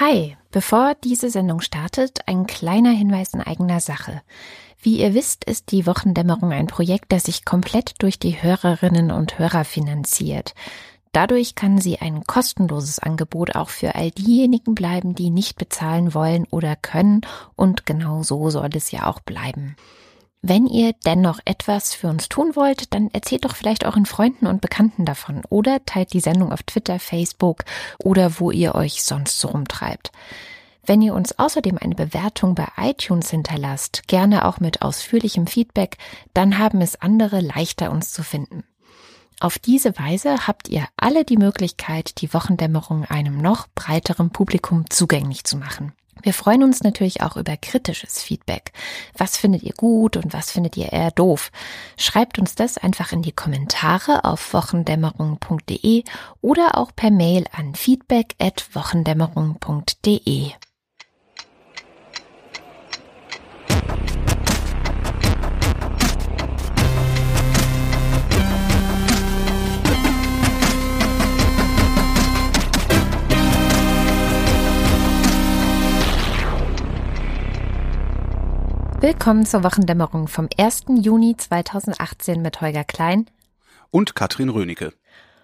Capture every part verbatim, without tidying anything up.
Hi, bevor diese Sendung startet, ein kleiner Hinweis in eigener Sache. Wie ihr wisst, ist die Wochendämmerung ein Projekt, das sich komplett durch die Hörerinnen und Hörer finanziert. Dadurch kann sie ein kostenloses Angebot auch für all diejenigen bleiben, die nicht bezahlen wollen oder können, und genau so soll es ja auch bleiben. Wenn ihr dennoch etwas für uns tun wollt, dann erzählt doch vielleicht euren Freunden und Bekannten davon oder teilt die Sendung auf Twitter, Facebook oder wo ihr euch sonst so rumtreibt. Wenn ihr uns außerdem eine Bewertung bei iTunes hinterlasst, gerne auch mit ausführlichem Feedback, dann haben es andere leichter, uns zu finden. Auf diese Weise habt ihr alle die Möglichkeit, die Wochendämmerung einem noch breiteren Publikum zugänglich zu machen. Wir freuen uns natürlich auch über kritisches Feedback. Was findet ihr gut und was findet ihr eher doof? Schreibt uns das einfach in die Kommentare auf wochendämmerung punkt de oder auch per Mail an feedback at wochendämmerung punkt de. Willkommen zur Wochendämmerung vom ersten Juni zweitausendachtzehn mit Holger Klein und Katrin Rönecke.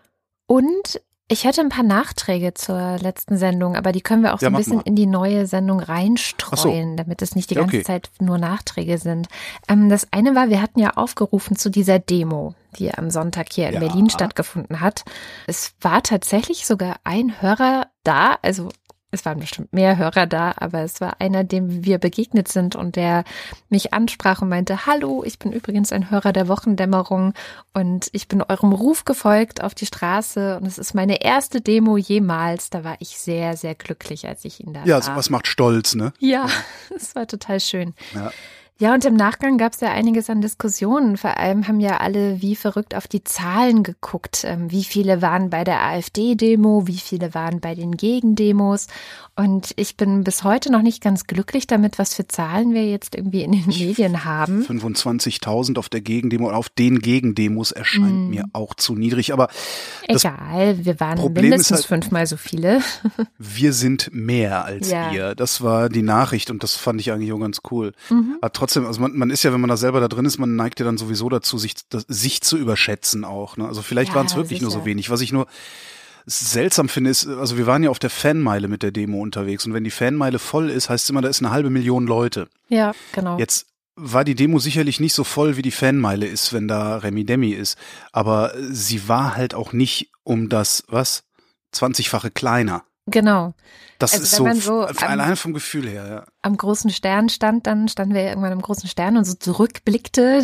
Und ich hätte ein paar Nachträge zur letzten Sendung, aber die können wir auch so ja, ein bisschen mal in die neue Sendung reinstreuen, so, damit es nicht die ganze ja, okay. Zeit nur Nachträge sind. Ähm, das eine war, wir hatten ja aufgerufen zu dieser Demo, die am Sonntag hier in ja. Berlin stattgefunden hat. Es war tatsächlich sogar ein Hörer da, also es waren bestimmt mehr Hörer da, aber es war einer, dem wir begegnet sind und der mich ansprach und meinte, hallo, ich bin übrigens ein Hörer der Wochendämmerung und ich bin eurem Ruf gefolgt auf die Straße und es ist meine erste Demo jemals. Da war ich sehr, sehr glücklich, als ich ihn da Ja, sah. sowas macht stolz, ne? Ja, es war total schön. Ja. Ja, und im Nachgang gab es ja einiges an Diskussionen. Vor allem haben ja alle wie verrückt auf die Zahlen geguckt. Wie viele waren bei der AfD-Demo, wie viele waren bei den Gegendemos. Und ich bin bis heute noch nicht ganz glücklich damit, was für Zahlen wir jetzt irgendwie in den Medien haben. fünfundzwanzigtausend auf der Gegendemo, auf den Gegendemos erscheint mm. mir auch zu niedrig. Aber egal, wir waren Problem mindestens halt, fünfmal so viele. Wir sind mehr als ja. ihr. Das war die Nachricht und das fand ich eigentlich auch ganz cool. Mhm. Aber trotzdem, also man, man ist ja, wenn man da selber da drin ist, man neigt ja dann sowieso dazu, sich, das, sich zu überschätzen auch. Ne? Also vielleicht ja, waren es wirklich sicher. nur so wenig. Was ich nur seltsam finde, ist, also wir waren ja auf der Fanmeile mit der Demo unterwegs und wenn die Fanmeile voll ist, heißt es immer, da ist eine halbe Million Leute. Ja, genau. Jetzt war die Demo sicherlich nicht so voll, wie die Fanmeile ist, wenn da Remi Demi ist, aber sie war halt auch nicht um das, was, zwanzigfache kleiner. Genau. Das also ist so, so allein vom Gefühl her, ja. Am großen Stern stand, dann standen wir irgendwann am großen Stern und so zurückblickte,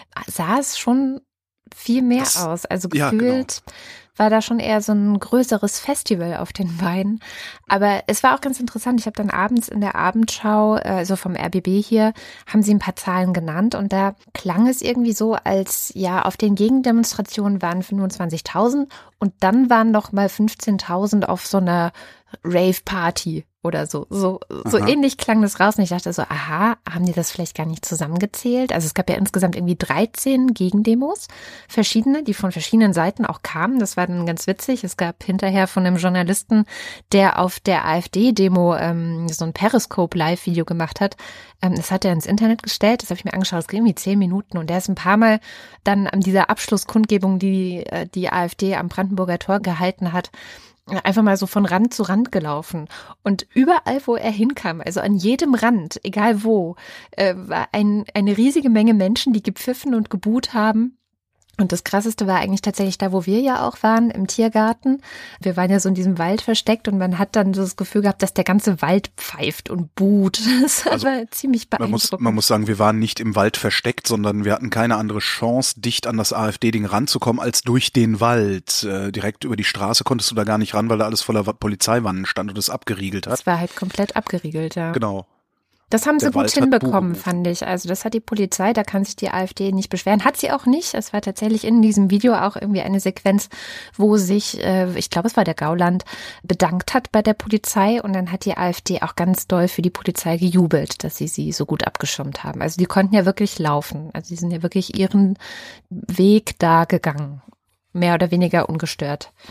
sah es schon viel mehr das, aus. Also gefühlt ja, genau. war da schon eher so ein größeres Festival auf den Beinen. Aber es war auch ganz interessant. Ich habe dann abends in der Abendschau, also vom R B B hier, haben sie ein paar Zahlen genannt und da klang es irgendwie so, als ja auf den Gegendemonstrationen waren fünfundzwanzigtausend und dann waren noch mal fünfzehntausend auf so einer Rave-Party oder so. So, so ähnlich klang das raus. Und ich dachte so, aha, haben die das vielleicht gar nicht zusammengezählt? Also es gab ja insgesamt irgendwie dreizehn Gegendemos, verschiedene, die von verschiedenen Seiten auch kamen. Das war dann ganz witzig. Es gab hinterher von einem Journalisten, der auf der AfD-Demo ähm, so ein Periscope-Live-Video gemacht hat. Ähm, das hat er ins Internet gestellt. Das habe ich mir angeschaut. Das ging irgendwie zehn Minuten. Und der ist ein paar Mal dann an dieser Abschlusskundgebung, die die AfD am Brandenburger Tor gehalten hat, einfach mal so von Rand zu Rand gelaufen. Und überall, wo er hinkam, also an jedem Rand, egal wo, äh, war ein, eine riesige Menge Menschen, die gepfiffen und gebuht haben. Und das Krasseste war eigentlich tatsächlich da, wo wir ja auch waren, im Tiergarten. Wir waren ja so in diesem Wald versteckt und man hat dann so das Gefühl gehabt, dass der ganze Wald pfeift und buht. Das also, war ziemlich beeindruckend. Man muss, man muss sagen, wir waren nicht im Wald versteckt, sondern wir hatten keine andere Chance, dicht an das AfD-Ding ranzukommen, als durch den Wald. Äh, direkt über die Straße konntest du da gar nicht ran, weil da alles voller Polizeiwannen stand und es abgeriegelt hat. Es war halt komplett abgeriegelt, ja. Genau. Das haben sie gut hinbekommen, Buch. fand ich. Also das hat die Polizei, da kann sich die AfD nicht beschweren. Hat sie auch nicht. Es war tatsächlich in diesem Video auch irgendwie eine Sequenz, wo sich, äh, ich glaube es war der Gauland, bedankt hat bei der Polizei. Und dann hat die AfD auch ganz doll für die Polizei gejubelt, dass sie sie so gut abgeschirmt haben. Also die konnten ja wirklich laufen. Also die sind ja wirklich ihren Weg da gegangen. Mehr oder weniger ungestört.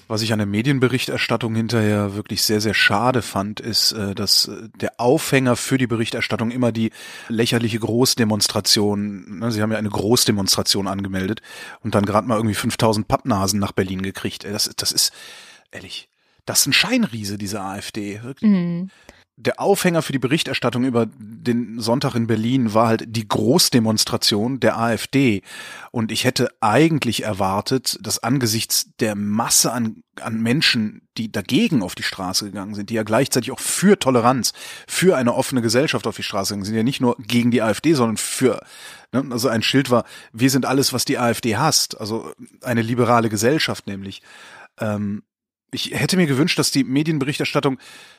Was ich an der Medienberichterstattung hinterher wirklich sehr, sehr schade fand, ist, dass der Aufhänger für die Berichterstattung immer die lächerliche Großdemonstration, ne, sie haben ja eine Großdemonstration angemeldet und dann gerade mal irgendwie fünftausend Pappnasen nach Berlin gekriegt. Das, das ist, ehrlich, das ist ein Scheinriese, diese AfD. Wirklich. Mhm. Der Aufhänger für die Berichterstattung über den Sonntag in Berlin war halt die Großdemonstration der AfD. Und ich hätte eigentlich erwartet, dass angesichts der Masse an, an Menschen, die dagegen auf die Straße gegangen sind, die ja gleichzeitig auch für Toleranz, für eine offene Gesellschaft auf die Straße gegangen sind, ja nicht nur gegen die AfD, sondern für, ne, also ein Schild war, wir sind alles, was die AfD hasst, also eine liberale Gesellschaft nämlich. Ähm, ich hätte mir gewünscht, dass die Medienberichterstattung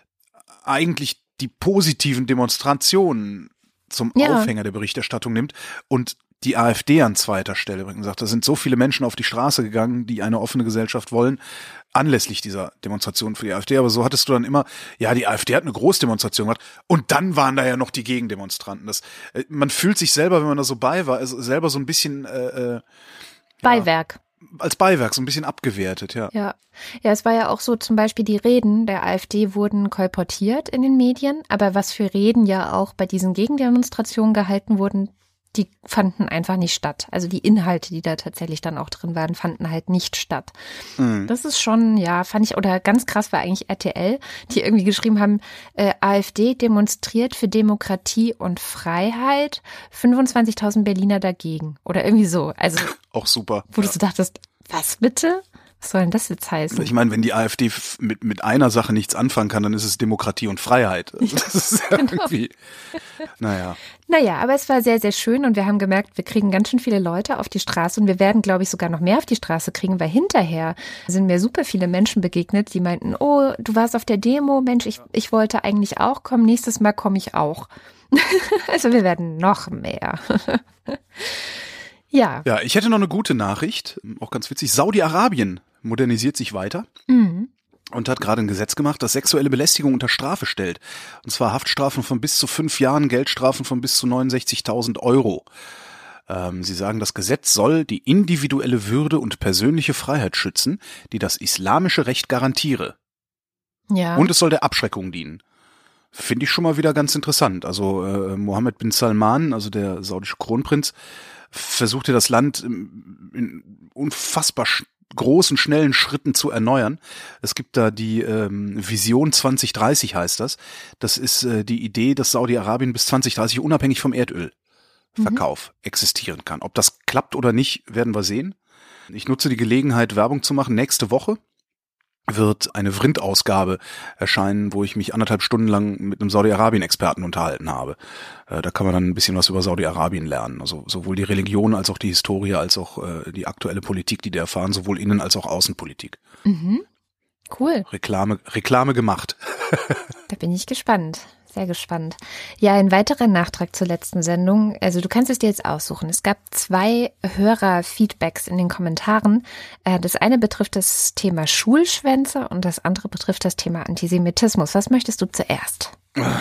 eigentlich die positiven Demonstrationen zum ja. Aufhänger der Berichterstattung nimmt und die AfD an zweiter Stelle bringt und sagt, da sind so viele Menschen auf die Straße gegangen, die eine offene Gesellschaft wollen, anlässlich dieser Demonstration für die AfD. Aber so hattest du dann immer, ja, die AfD hat eine Großdemonstration gemacht und dann waren da ja noch die Gegendemonstranten. Das, man fühlt sich selber, wenn man da so bei war, also selber so ein bisschen äh, äh, Beiwerk. Ja, als Beiwerk, so ein bisschen abgewertet, ja. Ja. Ja, es war ja auch so, zum Beispiel die Reden der AfD wurden kolportiert in den Medien, aber was für Reden ja auch bei diesen Gegendemonstrationen gehalten wurden, die fanden einfach nicht statt. Also die Inhalte, die da tatsächlich dann auch drin waren, fanden halt nicht statt. Mhm. Das ist schon, ja, fand ich, oder ganz krass war eigentlich R T L, die irgendwie geschrieben haben, äh, AfD demonstriert für Demokratie und Freiheit, fünfundzwanzigtausend Berliner dagegen. Oder irgendwie so. Also auch super. Wo ja. du so dachtest, was bitte? Was soll denn das jetzt heißen? Ich meine, wenn die AfD mit, mit einer Sache nichts anfangen kann, dann ist es Demokratie und Freiheit. Das ist ja genau. irgendwie, naja. Naja, aber es war sehr, sehr schön und wir haben gemerkt, wir kriegen ganz schön viele Leute auf die Straße und wir werden, glaube ich, sogar noch mehr auf die Straße kriegen, weil hinterher sind mir super viele Menschen begegnet, die meinten, oh, du warst auf der Demo, Mensch, ich, ich wollte eigentlich auch kommen, nächstes Mal komme ich auch. Also wir werden noch mehr. Ja. Ja, ich hätte noch eine gute Nachricht, auch ganz witzig. Saudi-Arabien modernisiert sich weiter mhm. und hat gerade ein Gesetz gemacht, das sexuelle Belästigung unter Strafe stellt. Und zwar Haftstrafen von bis zu fünf Jahren, Geldstrafen von bis zu neunundsechzigtausend Euro. Ähm, sie sagen, das Gesetz soll die individuelle Würde und persönliche Freiheit schützen, die das islamische Recht garantiere. Ja. Und es soll der Abschreckung dienen. Finde ich schon mal wieder ganz interessant. Also äh, Mohammed bin Salman, also der saudische Kronprinz, versuchte das Land in unfassbar sch- großen, schnellen Schritten zu erneuern. Es gibt da die ähm, Vision zwanzig dreißig heißt das. Das ist äh, die Idee, dass Saudi-Arabien bis zwanzig dreißig unabhängig vom Erdölverkauf mhm. existieren kann. Ob das klappt oder nicht, werden wir sehen. Ich nutze die Gelegenheit, Werbung zu machen. Nächste Woche wird eine Vrind-Ausgabe erscheinen, wo ich mich anderthalb Stunden lang mit einem Saudi-Arabien-Experten unterhalten habe. Äh, da kann man dann ein bisschen was über Saudi-Arabien lernen. Also sowohl die Religion als auch die Historie, als auch äh, die aktuelle Politik, die die erfahren, sowohl Innen- als auch Außenpolitik. Mhm. Cool. Reklame, Reklame gemacht. Da bin ich gespannt. Sehr gespannt. Ja, ein weiterer Nachtrag zur letzten Sendung. Also du kannst es dir jetzt aussuchen. Es gab zwei Hörer-Feedbacks in den Kommentaren. Das eine betrifft das Thema Schulschwänze und das andere betrifft das Thema Antisemitismus. Was möchtest du zuerst?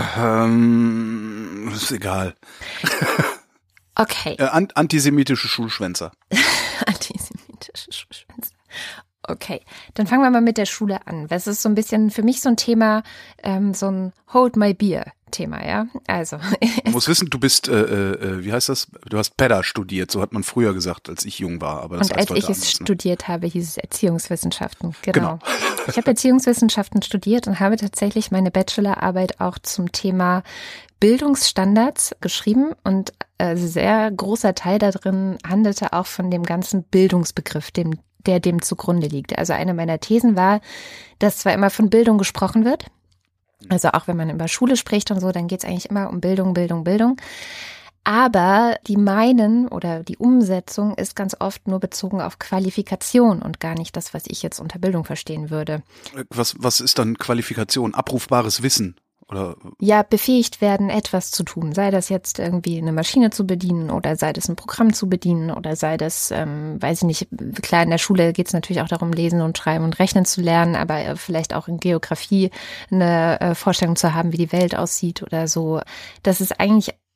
Ähm, ist egal. Okay. Äh, an- antisemitische Schulschwänzer. Antisemitische Schulschwänzer. Okay, dann fangen wir mal mit der Schule an. Das ist so ein bisschen für mich so ein Thema, ähm, so ein Hold my beer Thema, ja. Also. Du musst wissen, du bist, äh, äh, wie heißt das? Du hast Pedda studiert, so hat man früher gesagt, als ich jung war. Aber das Und heißt als ich anders, es ne? studiert habe, hieß es Erziehungswissenschaften. Genau. genau. Ich habe Erziehungswissenschaften studiert und habe tatsächlich meine Bachelorarbeit auch zum Thema Bildungsstandards geschrieben und ein sehr großer Teil da drin handelte auch von dem ganzen Bildungsbegriff, dem der dem zugrunde liegt. Also eine meiner Thesen war, dass zwar immer von Bildung gesprochen wird, also auch wenn man über Schule spricht und so, dann geht es eigentlich immer um Bildung, Bildung, Bildung. Aber die meinen oder die Umsetzung ist ganz oft nur bezogen auf Qualifikation und gar nicht das, was ich jetzt unter Bildung verstehen würde. Was, was ist dann Qualifikation? Abrufbares Wissen? Oder? Ja, befähigt werden, etwas zu tun. Sei das jetzt irgendwie eine Maschine zu bedienen oder sei das ein Programm zu bedienen oder sei das, ähm, weiß ich nicht, klar, in der Schule geht es natürlich auch darum, lesen und schreiben und rechnen zu lernen, aber vielleicht auch in Geografie eine äh, Vorstellung zu haben, wie die Welt aussieht oder so. Das ist eigentlich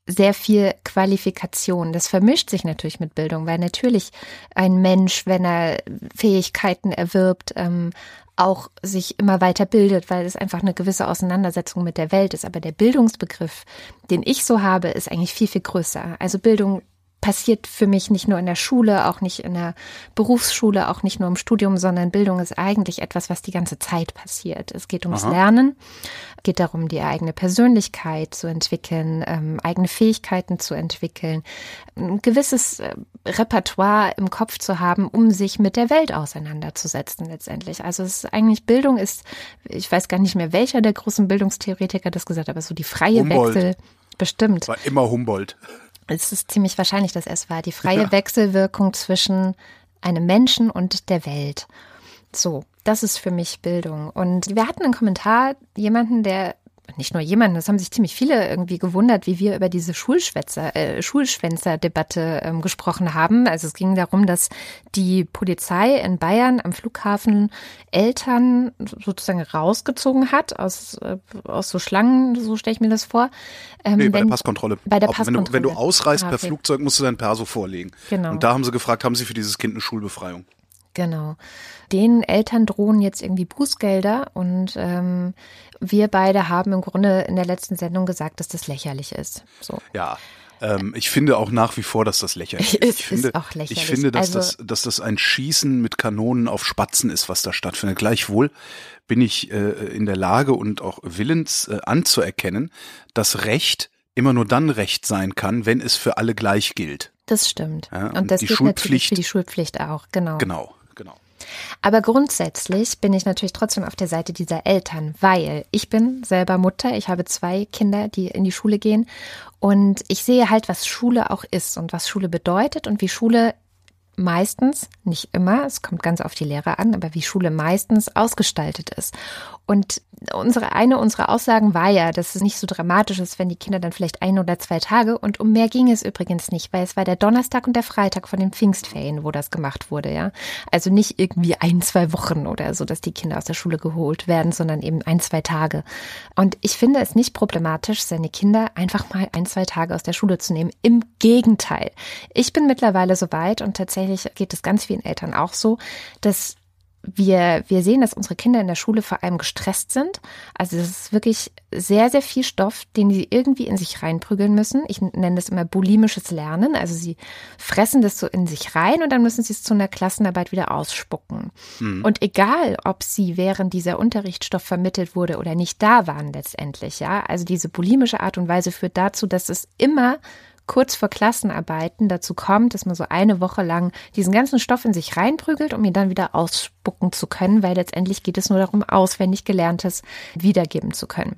sehr viel Qualifikation. Das vermischt sich natürlich mit Bildung, weil natürlich ein Mensch, wenn er Fähigkeiten erwirbt, ähm, auch sich immer weiter bildet, weil es einfach eine gewisse Auseinandersetzung mit der Welt ist. Aber der Bildungsbegriff, den ich so habe, ist eigentlich viel, viel größer. Also Bildung passiert für mich nicht nur in der Schule, auch nicht in der Berufsschule, auch nicht nur im Studium, sondern Bildung ist eigentlich etwas, was die ganze Zeit passiert. Es geht ums Aha. Lernen, es geht darum, die eigene Persönlichkeit zu entwickeln, ähm, eigene Fähigkeiten zu entwickeln, ein gewisses äh, Repertoire im Kopf zu haben, um sich mit der Welt auseinanderzusetzen letztendlich. Also es ist eigentlich, Bildung ist, ich weiß gar nicht mehr, welcher der großen Bildungstheoretiker das gesagt hat, aber so die freie Humboldt. Wechsel, bestimmt. War immer Humboldt. Es ist ziemlich wahrscheinlich, dass es war, die freie ja. Wechselwirkung zwischen einem Menschen und der Welt. So, das ist für mich Bildung. Und wir hatten einen Kommentar, jemanden, der, nicht nur jemanden, das haben sich ziemlich viele irgendwie gewundert, wie wir über diese Schulschwänzer, äh, Schulschwänzer-Debatte ähm, gesprochen haben. Also es ging darum, dass die Polizei in Bayern am Flughafen Eltern sozusagen rausgezogen hat aus, äh, aus so Schlangen, so stelle ich mir das vor. Ähm, nee, bei wenn, der Passkontrolle. Bei der Auch Passkontrolle. Wenn du, wenn du ausreist ah, per okay. Flugzeug, musst du dein Perso vorlegen. Genau. Und da haben sie gefragt, haben sie für dieses Kind eine Schulbefreiung? Genau. Den Eltern drohen jetzt irgendwie Bußgelder und ähm, wir beide haben im Grunde in der letzten Sendung gesagt, dass das lächerlich ist. So. Ja, ähm, ich finde auch nach wie vor, dass das lächerlich ist. Es Ich finde, ist auch lächerlich. Ich finde, dass, also, das, dass das ein Schießen mit Kanonen auf Spatzen ist, was da stattfindet. Gleichwohl bin ich äh, in der Lage und auch willens äh, anzuerkennen, dass Recht immer nur dann Recht sein kann, wenn es für alle gleich gilt. Das stimmt. Ja, und, und das die gilt Schulpflicht, natürlich für die Schulpflicht auch, genau. Genau, genau. Aber grundsätzlich bin ich natürlich trotzdem auf der Seite dieser Eltern, weil ich bin selber Mutter, ich habe zwei Kinder, die in die Schule gehen und ich sehe halt, was Schule auch ist und was Schule bedeutet und wie Schule meistens, nicht immer, es kommt ganz auf die Lehrer an, aber wie Schule meistens ausgestaltet ist. Und unsere eine unserer Aussagen war ja, dass es nicht so dramatisch ist, wenn die Kinder dann vielleicht ein oder zwei Tage, und um mehr ging es übrigens nicht, weil es war der Donnerstag und der Freitag von den Pfingstferien, wo das gemacht wurde, ja. Also nicht irgendwie ein, zwei Wochen oder so, dass die Kinder aus der Schule geholt werden, sondern eben ein, zwei Tage. Und ich finde es nicht problematisch, seine Kinder einfach mal ein, zwei Tage aus der Schule zu nehmen. Im Gegenteil. Ich bin mittlerweile so weit und tatsächlich geht es ganz vielen Eltern auch so, dass Wir, wir sehen, dass unsere Kinder in der Schule vor allem gestresst sind. Also das ist wirklich sehr, sehr viel Stoff, den sie irgendwie in sich reinprügeln müssen. Ich nenne das immer bulimisches Lernen. Also sie fressen das so in sich rein und dann müssen sie es zu einer Klassenarbeit wieder ausspucken. Mhm. Und egal, ob sie während dieser Unterrichtsstoff vermittelt wurde oder nicht da waren letztendlich, ja. Also diese bulimische Art und Weise führt dazu, dass es immer kurz vor Klassenarbeiten dazu kommt, dass man so eine Woche lang diesen ganzen Stoff in sich reinprügelt, um ihn dann wieder ausspucken zu können, weil letztendlich geht es nur darum, auswendig Gelerntes wiedergeben zu können.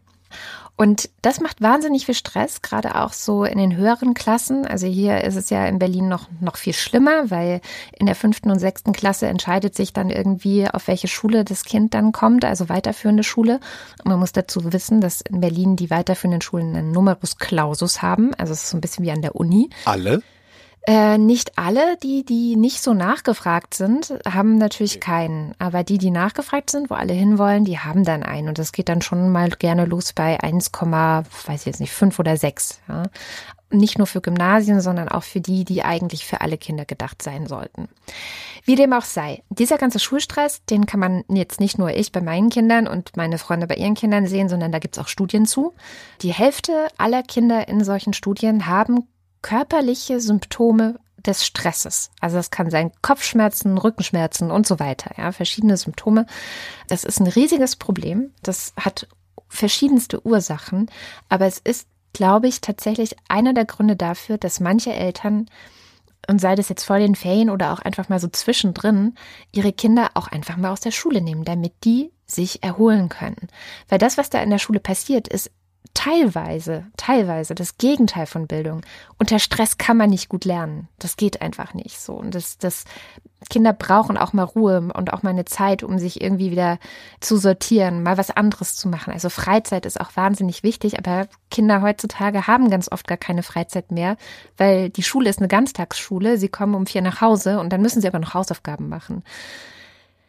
Und das macht wahnsinnig viel Stress, gerade auch so in den höheren Klassen. Also hier ist es ja in Berlin noch, noch viel schlimmer, weil in der fünften und sechsten Klasse entscheidet sich dann irgendwie, auf welche Schule das Kind dann kommt, also weiterführende Schule. Und man muss dazu wissen, dass in Berlin die weiterführenden Schulen einen Numerus Clausus haben. Also es ist so ein bisschen wie an der Uni. Alle? Äh, nicht alle, die, die nicht so nachgefragt sind, haben natürlich keinen. Aber die, die nachgefragt sind, wo alle hinwollen, die haben dann einen. Und das geht dann schon mal gerne los bei eins, weiß ich jetzt nicht, fünf oder sechs. Ja. Nicht nur für Gymnasien, sondern auch für die, die eigentlich für alle Kinder gedacht sein sollten. Wie dem auch sei, dieser ganze Schulstress, den kann man jetzt nicht nur ich bei meinen Kindern und meine Freunde bei ihren Kindern sehen, sondern da gibt es auch Studien zu. Die Hälfte aller Kinder in solchen Studien haben körperliche Symptome des Stresses. Also das kann sein Kopfschmerzen, Rückenschmerzen und so weiter. Ja, verschiedene Symptome. Das ist ein riesiges Problem. Das hat verschiedenste Ursachen. Aber es ist, glaube ich, tatsächlich einer der Gründe dafür, dass manche Eltern, und sei das jetzt vor den Ferien oder auch einfach mal so zwischendrin, ihre Kinder auch einfach mal aus der Schule nehmen, damit die sich erholen können. Weil das, was da in der Schule passiert, ist Teilweise, teilweise das Gegenteil von Bildung. Unter Stress kann man nicht gut lernen. Das geht einfach nicht so. Und das, das Kinder brauchen auch mal Ruhe und auch mal eine Zeit, um sich irgendwie wieder zu sortieren, mal was anderes zu machen. Also Freizeit ist auch wahnsinnig wichtig, aber Kinder heutzutage haben ganz oft gar keine Freizeit mehr, weil die Schule ist eine Ganztagsschule. Sie kommen um vier nach Hause und dann müssen sie aber noch Hausaufgaben machen.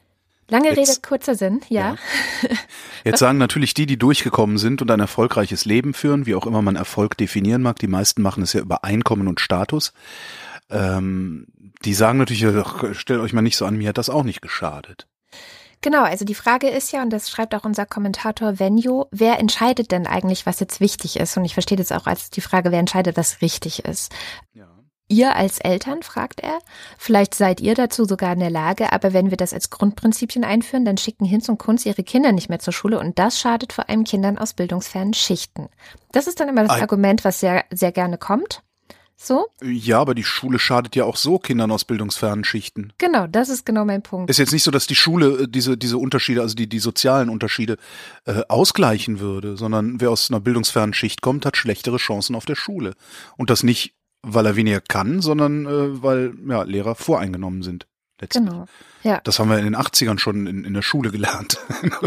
Lange Rede, kurzer Sinn, ja. ja. Jetzt sagen natürlich die, die durchgekommen sind und ein erfolgreiches Leben führen, wie auch immer man Erfolg definieren mag, die meisten machen es ja über Einkommen und Status, ähm, die sagen natürlich, ach, stellt euch mal nicht so an, mir hat das auch nicht geschadet. Genau, also die Frage ist ja, und das schreibt auch unser Kommentator Venjo, wer entscheidet denn eigentlich, was jetzt wichtig ist? Und ich verstehe das auch als die Frage, wer entscheidet, was richtig ist. Ja. Ihr als Eltern, fragt er, vielleicht seid ihr dazu sogar in der Lage, aber wenn wir das als Grundprinzipien einführen, dann schicken Hinz und Kunz ihre Kinder nicht mehr zur Schule und das schadet vor allem Kindern aus bildungsfernen Schichten. Das ist dann immer das Ein- Argument, was sehr, sehr gerne kommt. So? Ja, aber die Schule schadet ja auch so Kindern aus bildungsfernen Schichten. Genau, das ist genau mein Punkt. Ist jetzt nicht so, dass die Schule diese diese Unterschiede, also die die sozialen Unterschiede äh, ausgleichen würde, sondern wer aus einer bildungsfernen Schicht kommt, hat schlechtere Chancen auf der Schule. Und das nicht, weil er weniger kann, sondern äh, weil ja, Lehrer voreingenommen sind. Letztlich. Genau, ja. Das haben wir in den achtzigern schon in, in der Schule gelernt.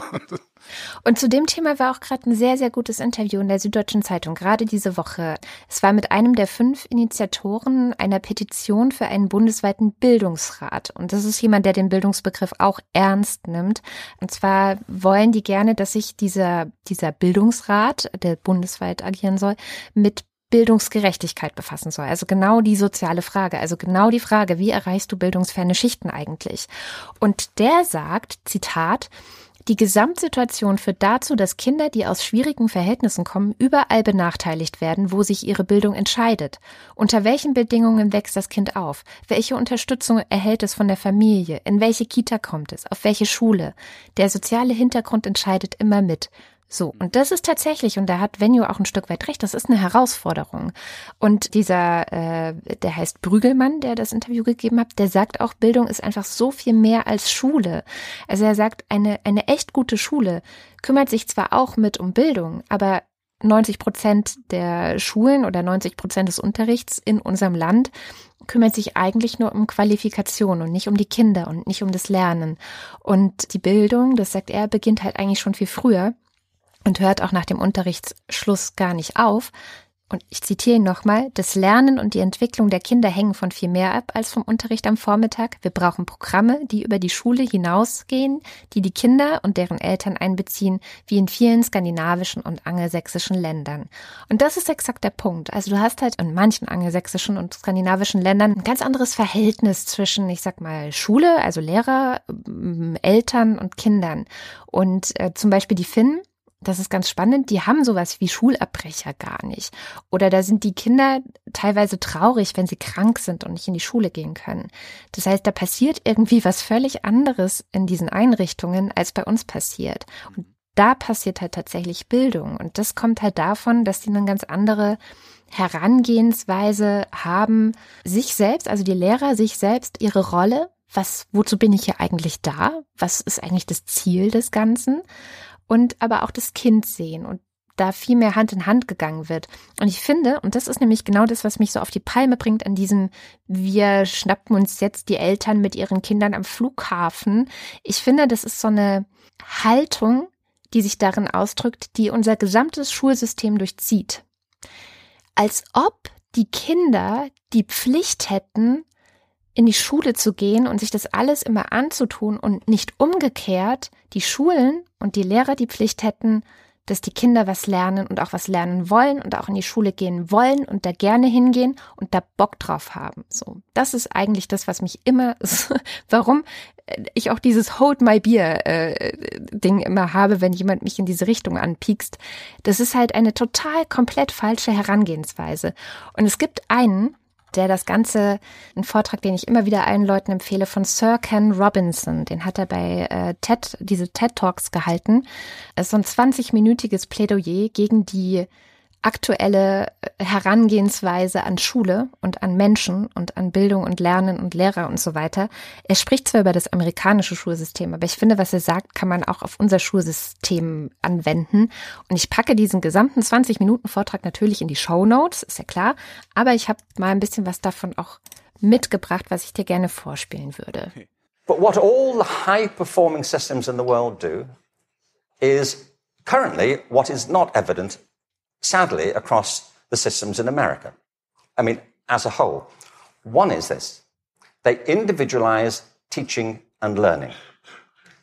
Und zu dem Thema war auch gerade ein sehr, sehr gutes Interview in der Süddeutschen Zeitung, gerade diese Woche. Es war mit einem der fünf Initiatoren einer Petition für einen bundesweiten Bildungsrat. Und das ist jemand, der den Bildungsbegriff auch ernst nimmt. Und zwar wollen die gerne, dass sich dieser, dieser Bildungsrat, der bundesweit agieren soll, mit Bildungsgerechtigkeit befassen soll. Also genau die soziale Frage, also genau die Frage, wie erreichst du bildungsferne Schichten eigentlich? Und der sagt, Zitat, die Gesamtsituation führt dazu, dass Kinder, die aus schwierigen Verhältnissen kommen, überall benachteiligt werden, wo sich ihre Bildung entscheidet. Unter welchen Bedingungen wächst das Kind auf? Welche Unterstützung erhält es von der Familie? In welche Kita kommt es? Auf welche Schule? Der soziale Hintergrund entscheidet immer mit. So, und das ist tatsächlich, und da hat Venjo auch ein Stück weit recht, das ist eine Herausforderung. Und dieser, äh, der heißt Brügelmann, der das Interview gegeben hat, der sagt auch, Bildung ist einfach so viel mehr als Schule. Also er sagt, eine, eine echt gute Schule kümmert sich zwar auch mit um Bildung, aber neunzig Prozent der Schulen oder neunzig Prozent des Unterrichts in unserem Land kümmert sich eigentlich nur um Qualifikation und nicht um die Kinder und nicht um das Lernen. Und die Bildung, das sagt er, beginnt halt eigentlich schon viel früher. Und hört auch nach dem Unterrichtsschluss gar nicht auf. Und ich zitiere ihn nochmal, das Lernen und die Entwicklung der Kinder hängen von viel mehr ab als vom Unterricht am Vormittag. Wir brauchen Programme, die über die Schule hinausgehen, die die Kinder und deren Eltern einbeziehen, wie in vielen skandinavischen und angelsächsischen Ländern. Und das ist exakt der Punkt. Also du hast halt in manchen angelsächsischen und skandinavischen Ländern ein ganz anderes Verhältnis zwischen, ich sag mal, Schule, also Lehrer, Eltern und Kindern. Und äh, zum Beispiel die Finnen, das ist ganz spannend, die haben sowas wie Schulabbrecher gar nicht. Oder da sind die Kinder teilweise traurig, wenn sie krank sind und nicht in die Schule gehen können. Das heißt, da passiert irgendwie was völlig anderes in diesen Einrichtungen, als bei uns passiert. Und da passiert halt tatsächlich Bildung. Und das kommt halt davon, dass die eine ganz andere Herangehensweise haben, sich selbst, also die Lehrer, sich selbst, ihre Rolle, was, wozu bin ich hier eigentlich da? Was ist eigentlich das Ziel des Ganzen? Und aber auch das Kind sehen und da viel mehr Hand in Hand gegangen wird. Und ich finde, und das ist nämlich genau das, was mich so auf die Palme bringt an diesem, wir schnappen uns jetzt die Eltern mit ihren Kindern am Flughafen. Ich finde, das ist so eine Haltung, die sich darin ausdrückt, die unser gesamtes Schulsystem durchzieht. Als ob die Kinder die Pflicht hätten, in die Schule zu gehen und sich das alles immer anzutun und nicht umgekehrt die Schulen und die Lehrer die Pflicht hätten, dass die Kinder was lernen und auch was lernen wollen und auch in die Schule gehen wollen und da gerne hingehen und da Bock drauf haben. So, das ist eigentlich das, was mich immer, warum ich auch dieses Hold my beer äh, Ding immer habe, wenn jemand mich in diese Richtung anpiekst. Das ist halt eine total komplett falsche Herangehensweise. Und es gibt einen, der das Ganze, ein Vortrag, den ich immer wieder allen Leuten empfehle, von Sir Ken Robinson, den hat er bei äh, TED, diese TED Talks gehalten. Es ist so ein zwanzig-minütiges Plädoyer gegen die aktuelle Herangehensweise an Schule und an Menschen und an Bildung und Lernen und Lehrer und so weiter. Er spricht zwar über das amerikanische Schulsystem, aber ich finde, was er sagt, kann man auch auf unser Schulsystem anwenden. Und ich packe diesen gesamten zwanzig-Minuten-Vortrag natürlich in die Shownotes, ist ja klar, aber ich habe mal ein bisschen was davon auch mitgebracht, was ich dir gerne vorspielen würde. But what all the high-performing systems in the world do is currently what is not evident, sadly, across the systems in America. I mean, as a whole. One is this. They individualize teaching and learning.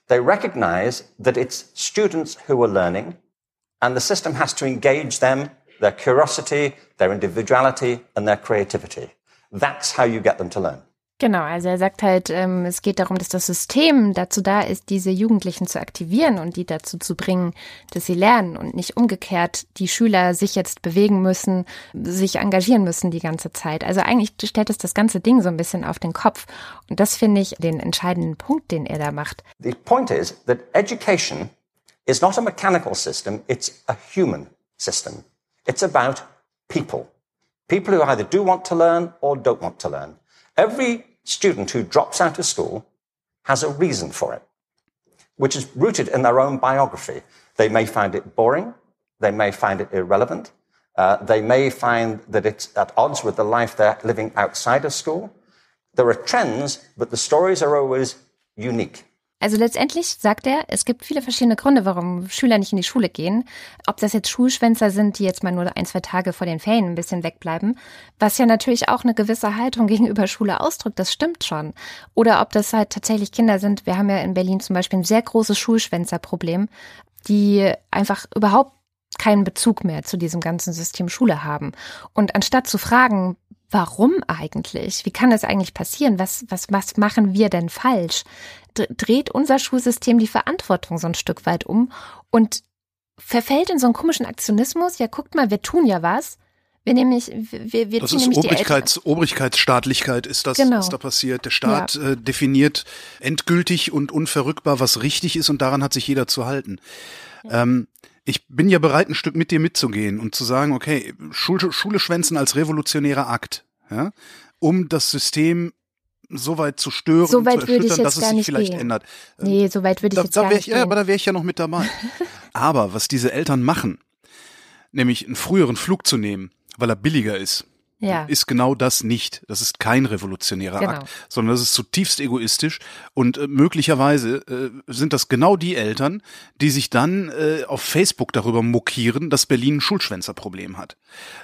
They recognize that it's students who are learning and the system has to engage them, their curiosity, their individuality and their creativity. That's how you get them to learn. Genau, also er sagt halt, ähm, es geht darum, dass das System dazu da ist, diese Jugendlichen zu aktivieren und die dazu zu bringen, dass sie lernen und nicht umgekehrt die Schüler sich jetzt bewegen müssen, sich engagieren müssen die ganze Zeit. Also eigentlich stellt es das ganze Ding so ein bisschen auf den Kopf und das finde ich den entscheidenden Punkt, den er da macht. The point is that education is not a mechanical system, it's a human system. It's about people. People who either do want to learn or don't want to learn. Every student who drops out of school has a reason for it, which is rooted in their own biography. They may find it boring. They may find it irrelevant. Uh, they may find that it's at odds with the life they're living outside of school. There are trends, but the stories are always unique. Also letztendlich sagt er, es gibt viele verschiedene Gründe, warum Schüler nicht in die Schule gehen. Ob das jetzt Schulschwänzer sind, die jetzt mal nur ein, zwei Tage vor den Ferien ein bisschen wegbleiben, was ja natürlich auch eine gewisse Haltung gegenüber Schule ausdrückt, das stimmt schon. Oder ob das halt tatsächlich Kinder sind, wir haben ja in Berlin zum Beispiel ein sehr großes Schulschwänzerproblem, die einfach überhaupt keinen Bezug mehr zu diesem ganzen System Schule haben. Und anstatt zu fragen, warum eigentlich? Wie kann das eigentlich passieren? Was, was, was machen wir denn falsch? Dreht unser Schulsystem die Verantwortung so ein Stück weit um und verfällt in so einen komischen Aktionismus. Ja, guckt mal, wir tun ja was. Wir nämlich, wir, wir das ziehen ist nämlich Obrigkeits, die Eltern. Obrigkeitsstaatlichkeit ist das, genau. was da passiert. Der Staat ja. äh, definiert endgültig und unverrückbar, was richtig ist und daran hat sich jeder zu halten. Ja. Ähm, ich bin ja bereit, ein Stück mit dir mitzugehen und zu sagen, okay, Schule, Schule schwänzen als revolutionärer Akt, ja, um das System so weit zu stören, so weit zu erschüttern, dass es sich nicht vielleicht gehen. ändert. Nee, so weit würde ich da, jetzt da gar wär nicht ich, ja, gehen. aber da wäre ich ja noch mit dabei. Aber was diese Eltern machen, nämlich einen früheren Flug zu nehmen, weil er billiger ist, ja. ist genau das nicht. Das ist kein revolutionärer genau. Akt, sondern das ist zutiefst egoistisch und äh, möglicherweise äh, sind das genau die Eltern, die sich dann äh, auf Facebook darüber mokieren, dass Berlin ein Schulschwänzerproblem hat.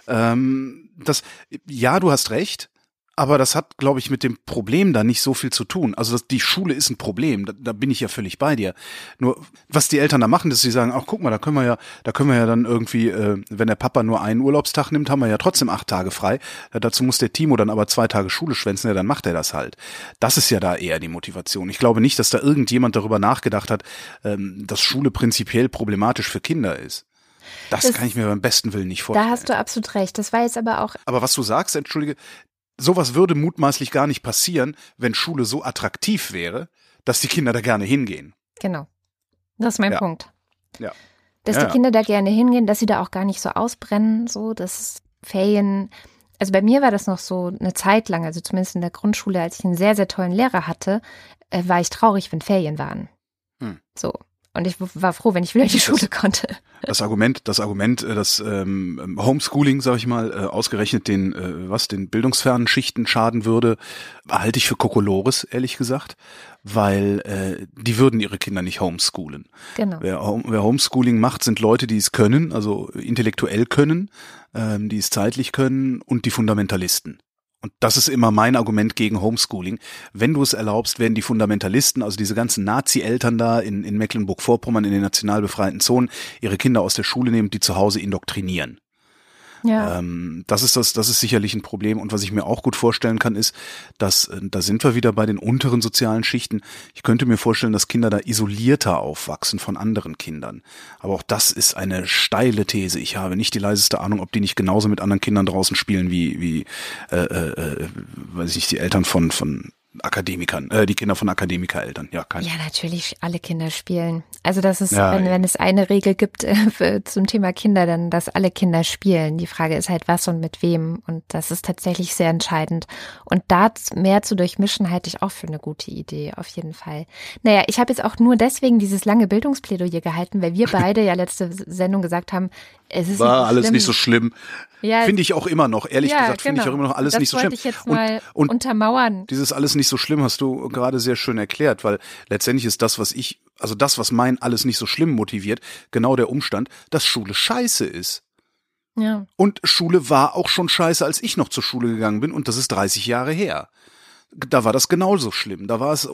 Ähm, das, ja, du hast recht. Aber das hat, glaube ich, mit dem Problem da nicht so viel zu tun. Also das, die Schule ist ein Problem, da, da bin ich ja völlig bei dir. Nur was die Eltern da machen, ist, sie sagen, ach guck mal, da können wir ja, da können wir ja dann irgendwie, äh, wenn der Papa nur einen Urlaubstag nimmt, haben wir ja trotzdem acht Tage frei. Ja, dazu muss der Timo dann aber zwei Tage Schule schwänzen, ja, dann macht er das halt. Das ist ja da eher die Motivation. Ich glaube nicht, dass da irgendjemand darüber nachgedacht hat, ähm, dass Schule prinzipiell problematisch für Kinder ist. Das, das kann ich mir beim besten Willen nicht vorstellen. Da hast du absolut recht. Das war jetzt aber auch. Aber was du sagst, entschuldige, sowas würde mutmaßlich gar nicht passieren, wenn Schule so attraktiv wäre, dass die Kinder da gerne hingehen. Genau. Das ist mein ja. Punkt. Ja. Dass ja, die Kinder da gerne hingehen, dass sie da auch gar nicht so ausbrennen, so, dass Ferien. Also bei mir war das noch so eine Zeit lang, also zumindest in der Grundschule, als ich einen sehr, sehr tollen Lehrer hatte, äh, war ich traurig, wenn Ferien waren. Hm. So. Und ich war froh, wenn ich wieder in die Schule das, konnte. Das Argument, das Argument, das ähm, Homeschooling, sag ich mal, äh, ausgerechnet den, äh, was den bildungsfernen Schichten schaden würde, halte ich für Kokolores, ehrlich gesagt, weil äh, die würden ihre Kinder nicht homeschoolen. Genau. Wer, wer Homeschooling macht, sind Leute, die es können, also intellektuell können, ähm, die es zeitlich können und die Fundamentalisten. Und das ist immer mein Argument gegen Homeschooling. Wenn du es erlaubst, werden die Fundamentalisten, also diese ganzen Nazi-Eltern da in, in Mecklenburg-Vorpommern, in den national befreiten Zonen, ihre Kinder aus der Schule nehmen und die zu Hause indoktrinieren. Ja. Ähm, das ist das, das ist sicherlich ein Problem. Und was ich mir auch gut vorstellen kann, ist, dass, äh, da sind wir wieder bei den unteren sozialen Schichten. Ich könnte mir vorstellen, dass Kinder da isolierter aufwachsen von anderen Kindern. Aber auch das ist eine steile These. Ich habe nicht die leiseste Ahnung, ob die nicht genauso mit anderen Kindern draußen spielen wie, wie, äh, äh, weiß ich nicht, die Eltern von, von Akademikern, äh, die Kinder von Akademikereltern. Ja, keine. Ja, natürlich, alle Kinder spielen. Also das ist, ja, wenn, ja. wenn es eine Regel gibt äh, für, zum Thema Kinder, dann, dass alle Kinder spielen. Die Frage ist halt, was und mit wem. Und das ist tatsächlich sehr entscheidend. Und da mehr zu durchmischen, halte ich auch für eine gute Idee, auf jeden Fall. Naja, ich habe jetzt auch nur deswegen dieses lange Bildungsplädoyer gehalten, weil wir beide ja letzte Sendung gesagt haben, es ist war nicht alles schlimm. nicht so schlimm. Ja, finde ich auch immer noch, ehrlich ja, gesagt, finde genau. ich auch immer noch alles das nicht so schlimm. Das wollte ich jetzt und, mal und untermauern. Dieses alles nicht so schlimm hast du gerade sehr schön erklärt, weil letztendlich ist das, was ich, also das, was mein alles nicht so schlimm motiviert, genau der Umstand, dass Schule scheiße ist. Ja. Und Schule war auch schon scheiße, als ich noch zur Schule gegangen bin und das ist dreißig Jahre her. da war das genauso schlimm. Da war es,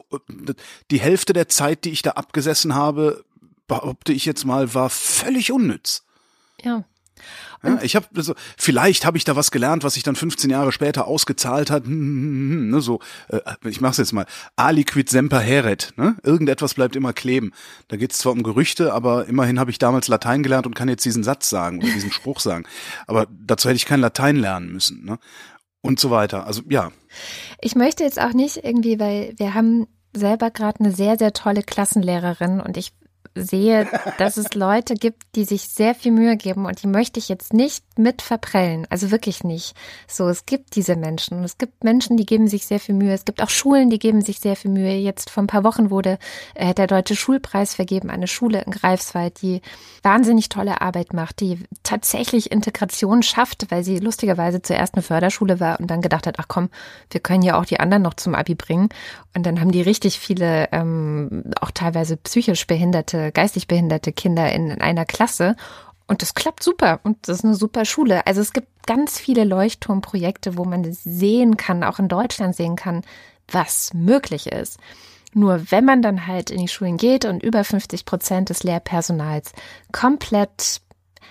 die Hälfte der Zeit, die ich da abgesessen habe, behaupte ich jetzt mal, war völlig unnütz. Ja. Ja, ich habe also, vielleicht habe ich da was gelernt, was sich dann fünfzehn Jahre später ausgezahlt hat. Ne, so, äh, ich mach's jetzt mal. Aliquid semper heret. Ne? Irgendetwas bleibt immer kleben. Da geht's zwar um Gerüchte, aber immerhin habe ich damals Latein gelernt und kann jetzt diesen Satz sagen oder diesen Spruch sagen. Aber dazu hätte ich kein Latein lernen müssen. Ne? Und so weiter. Also ja. Ich möchte jetzt auch nicht irgendwie, weil wir haben selber gerade eine sehr, sehr tolle Klassenlehrerin und ich sehe, dass es Leute gibt, die sich sehr viel Mühe geben und die möchte ich jetzt nicht mit verprellen, also wirklich nicht. So, es gibt diese Menschen, es gibt Menschen, die geben sich sehr viel Mühe, es gibt auch Schulen, die geben sich sehr viel Mühe. Jetzt vor ein paar Wochen wurde äh, der Deutsche Schulpreis vergeben, eine Schule in Greifswald, die wahnsinnig tolle Arbeit macht, die tatsächlich Integration schafft, weil sie lustigerweise zuerst eine Förderschule war und dann gedacht hat, ach komm, wir können ja auch die anderen noch zum Abi bringen. Und dann haben die richtig viele, ähm, auch teilweise psychisch behinderte, geistig behinderte Kinder in, in einer Klasse. Und das klappt super und das ist eine super Schule. Also es gibt ganz viele Leuchtturmprojekte, wo man sehen kann, auch in Deutschland sehen kann, was möglich ist. Nur wenn man dann halt in die Schulen geht und über fünfzig Prozent des Lehrpersonals komplett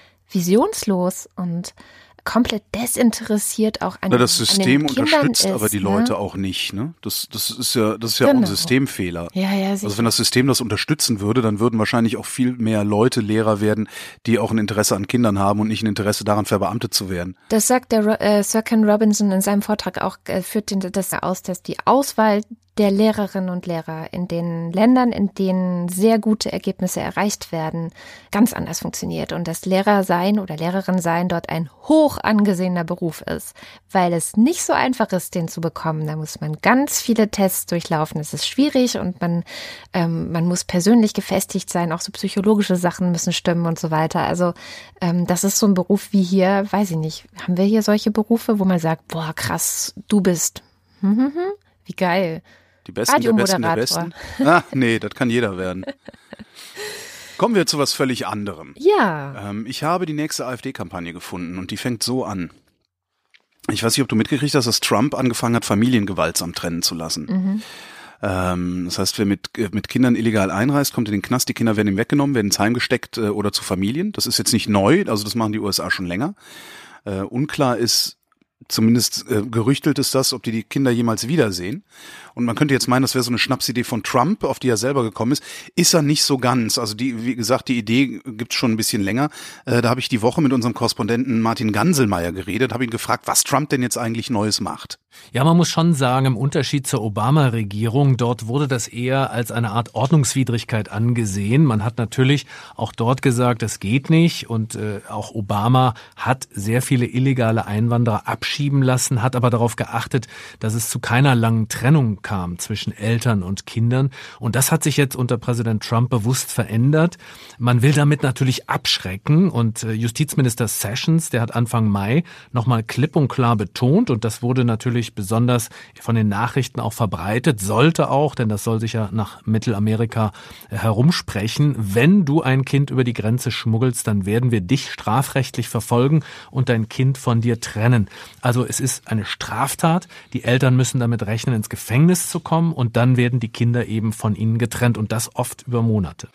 visionslos und komplett desinteressiert auch an, ja, das System an den unterstützt ist, aber die ne? Leute auch nicht, ne? Das das ist ja das ist ja Genau. auch ein Systemfehler. Ja, ja, also wenn das System das unterstützen würde, dann würden wahrscheinlich auch viel mehr Leute Lehrer werden, die auch ein Interesse an Kindern haben und nicht ein Interesse daran, verbeamtet zu werden. Das sagt der äh, Sir Ken Robinson in seinem Vortrag auch, äh, führt den, das aus, dass die Auswahl der Lehrerinnen und Lehrer in den Ländern, in denen sehr gute Ergebnisse erreicht werden, ganz anders funktioniert und dass Lehrer sein oder Lehrerin sein dort ein hoch angesehener Beruf ist, weil es nicht so einfach ist, den zu bekommen. Da muss man ganz viele Tests durchlaufen. Es ist schwierig und man ähm, man muss persönlich gefestigt sein. Auch so psychologische Sachen müssen stimmen und so weiter. Also ähm, das ist so ein Beruf wie hier, weiß ich nicht, haben wir hier solche Berufe, wo man sagt, boah krass, du bist, hm, hm, hm, wie geil. Die Besten der Besten der Besten. Ah, nee, das kann jeder werden. Kommen wir zu was völlig anderem. Ja. Ähm, ich habe die nächste AfD-Kampagne gefunden und die fängt so an. Ich weiß nicht, ob du mitgekriegt hast, dass Trump angefangen hat, Familiengewaltsam trennen zu lassen. Mhm. Ähm, das heißt, wer mit, mit Kindern illegal einreist, kommt in den Knast, die Kinder werden ihm weggenommen, werden ins Heim gesteckt äh, oder zu Familien. Das ist jetzt nicht neu, also das machen die U S A schon länger. Äh, unklar ist, zumindest äh, gerüchtelt ist das, ob die die Kinder jemals wiedersehen. Und man könnte jetzt meinen, das wäre so eine Schnapsidee von Trump, auf die er selber gekommen ist. Ist er nicht so ganz. Also die, wie gesagt, die Idee gibt's schon ein bisschen länger. Äh, da habe ich die Woche mit unserem Korrespondenten Martin Ganselmeier geredet, habe ihn gefragt, was Trump denn jetzt eigentlich Neues macht. Ja, man muss schon sagen, im Unterschied zur Obama-Regierung, dort wurde das eher als eine Art Ordnungswidrigkeit angesehen. Man hat natürlich auch dort gesagt, das geht nicht. Und äh, auch Obama hat sehr viele illegale Einwanderer abschieben lassen, hat aber darauf geachtet, dass es zu keiner langen Trennung kam zwischen Eltern und Kindern. Und das hat sich jetzt unter Präsident Trump bewusst verändert. Man will damit natürlich abschrecken. Und äh, Justizminister Sessions, der hat Anfang Mai nochmal klipp und klar betont, und das wurde natürlich besonders von den Nachrichten auch verbreitet, sollte auch, denn das soll sich ja nach Mittelamerika herumsprechen. Wenn du ein Kind über die Grenze schmuggelst, dann werden wir dich strafrechtlich verfolgen und dein Kind von dir trennen. Also es ist eine Straftat. Die Eltern müssen damit rechnen, ins Gefängnis zu kommen und dann werden die Kinder eben von ihnen getrennt und das oft über Monate.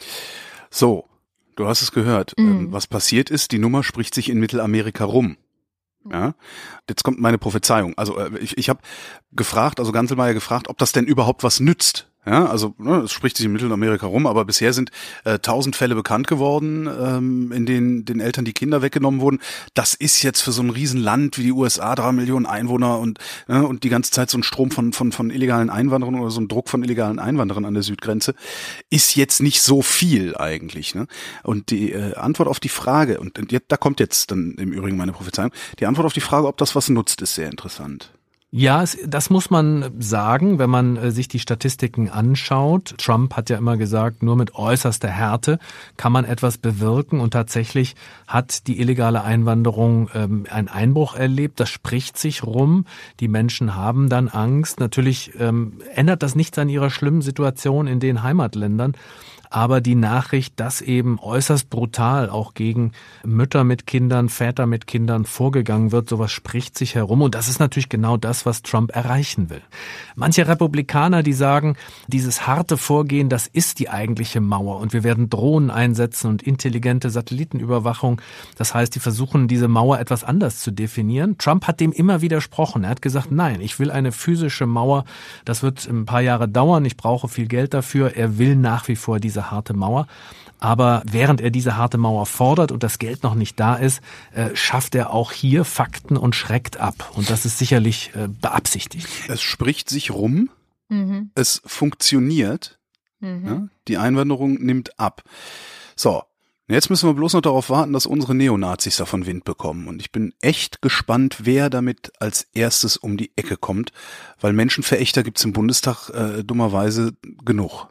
So, du hast es gehört. Mhm. Was passiert ist, die Nummer spricht sich in Mittelamerika rum. Ja, jetzt kommt meine Prophezeiung. Also ich, ich habe gefragt, also Ganselmeier gefragt, ob das denn überhaupt was nützt. Ja, also ne, es spricht sich in Mittelamerika rum, aber bisher sind äh, tausend Fälle bekannt geworden, ähm, in denen den Eltern die Kinder weggenommen wurden. Das ist jetzt für so ein Riesenland wie die U S A, drei Millionen Einwohner und ne, und die ganze Zeit so ein Strom von von von illegalen Einwanderern oder so ein Druck von illegalen Einwanderern an der Südgrenze, ist jetzt nicht so viel eigentlich. Ne? Und die äh, Antwort auf die Frage, und, und jetzt, da kommt jetzt dann im Übrigen meine Prophezeiung, die Antwort auf die Frage, ob das was nutzt, ist sehr interessant. Ja, es, das muss man sagen, wenn man äh, sich die Statistiken anschaut. Trump hat ja immer gesagt, nur mit äußerster Härte kann man etwas bewirken. Und tatsächlich hat die illegale Einwanderung ähm, einen Einbruch erlebt. Das spricht sich rum. Die Menschen haben dann Angst. Natürlich ähm, ändert das nichts an ihrer schlimmen Situation in den Heimatländern. aber die Nachricht, dass eben äußerst brutal auch gegen Mütter mit Kindern, Väter mit Kindern vorgegangen wird, sowas spricht sich herum und das ist natürlich genau das, was Trump erreichen will. Manche Republikaner, die sagen, dieses harte Vorgehen, das ist die eigentliche Mauer und wir werden Drohnen einsetzen und intelligente Satellitenüberwachung. Das heißt, die versuchen, diese Mauer etwas anders zu definieren. Trump hat dem immer widersprochen. Er hat gesagt, nein, ich will eine physische Mauer. Das wird ein paar Jahre dauern. Ich brauche viel Geld dafür. Er will nach wie vor diese harte Mauer. Aber während er diese harte Mauer fordert und das Geld noch nicht da ist, äh, schafft er auch hier Fakten und schreckt ab. Und das ist sicherlich äh, beabsichtigt. Es spricht sich rum. Mhm. Es funktioniert. Mhm. Ja, die Einwanderung nimmt ab. So, jetzt müssen wir bloß noch darauf warten, dass unsere Neonazis davon Wind bekommen. Und ich bin echt gespannt, wer damit als erstes um die Ecke kommt, weil Menschenverächter gibt's im Bundestag äh, dummerweise genug.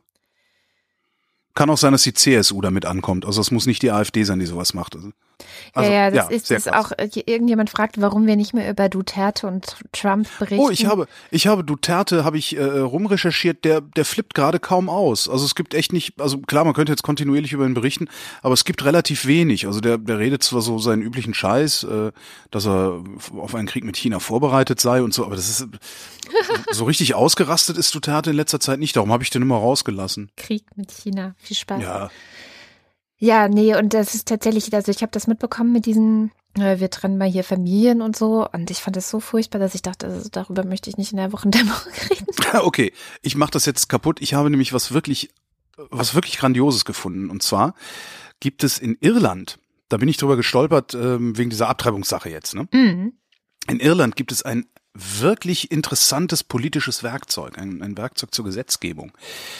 Kann auch sein, dass die C S U damit ankommt. Also es muss nicht die AfD sein, die sowas macht. Also, ja, ja, das ja, ist, ist auch, irgendjemand fragt, warum wir nicht mehr über Duterte und Trump berichten. Oh, ich habe, ich habe Duterte, habe ich äh, rumrecherchiert, der, der flippt gerade kaum aus. Also es gibt echt nicht, also klar, man könnte jetzt kontinuierlich über ihn berichten, aber es gibt relativ wenig. Also der, der redet zwar so seinen üblichen Scheiß, äh, dass er auf einen Krieg mit China vorbereitet sei und so, aber das ist, so richtig ausgerastet ist Duterte in letzter Zeit nicht. Darum habe ich den immer rausgelassen. Krieg mit China, viel Spaß. Ja. Ja, nee, und das ist tatsächlich, also ich habe das mitbekommen mit diesen, äh, wir trennen mal hier Familien und so und ich fand das so furchtbar, dass ich dachte, also darüber möchte ich nicht in der Wochendämmerung reden. Okay, ich mache das jetzt kaputt. Ich habe nämlich was wirklich, was wirklich Grandioses gefunden und zwar gibt es in Irland, da bin ich drüber gestolpert, ähm, wegen dieser Abtreibungssache jetzt, ne? Mhm. In Irland gibt es ein wirklich interessantes politisches Werkzeug, ein, ein Werkzeug zur Gesetzgebung.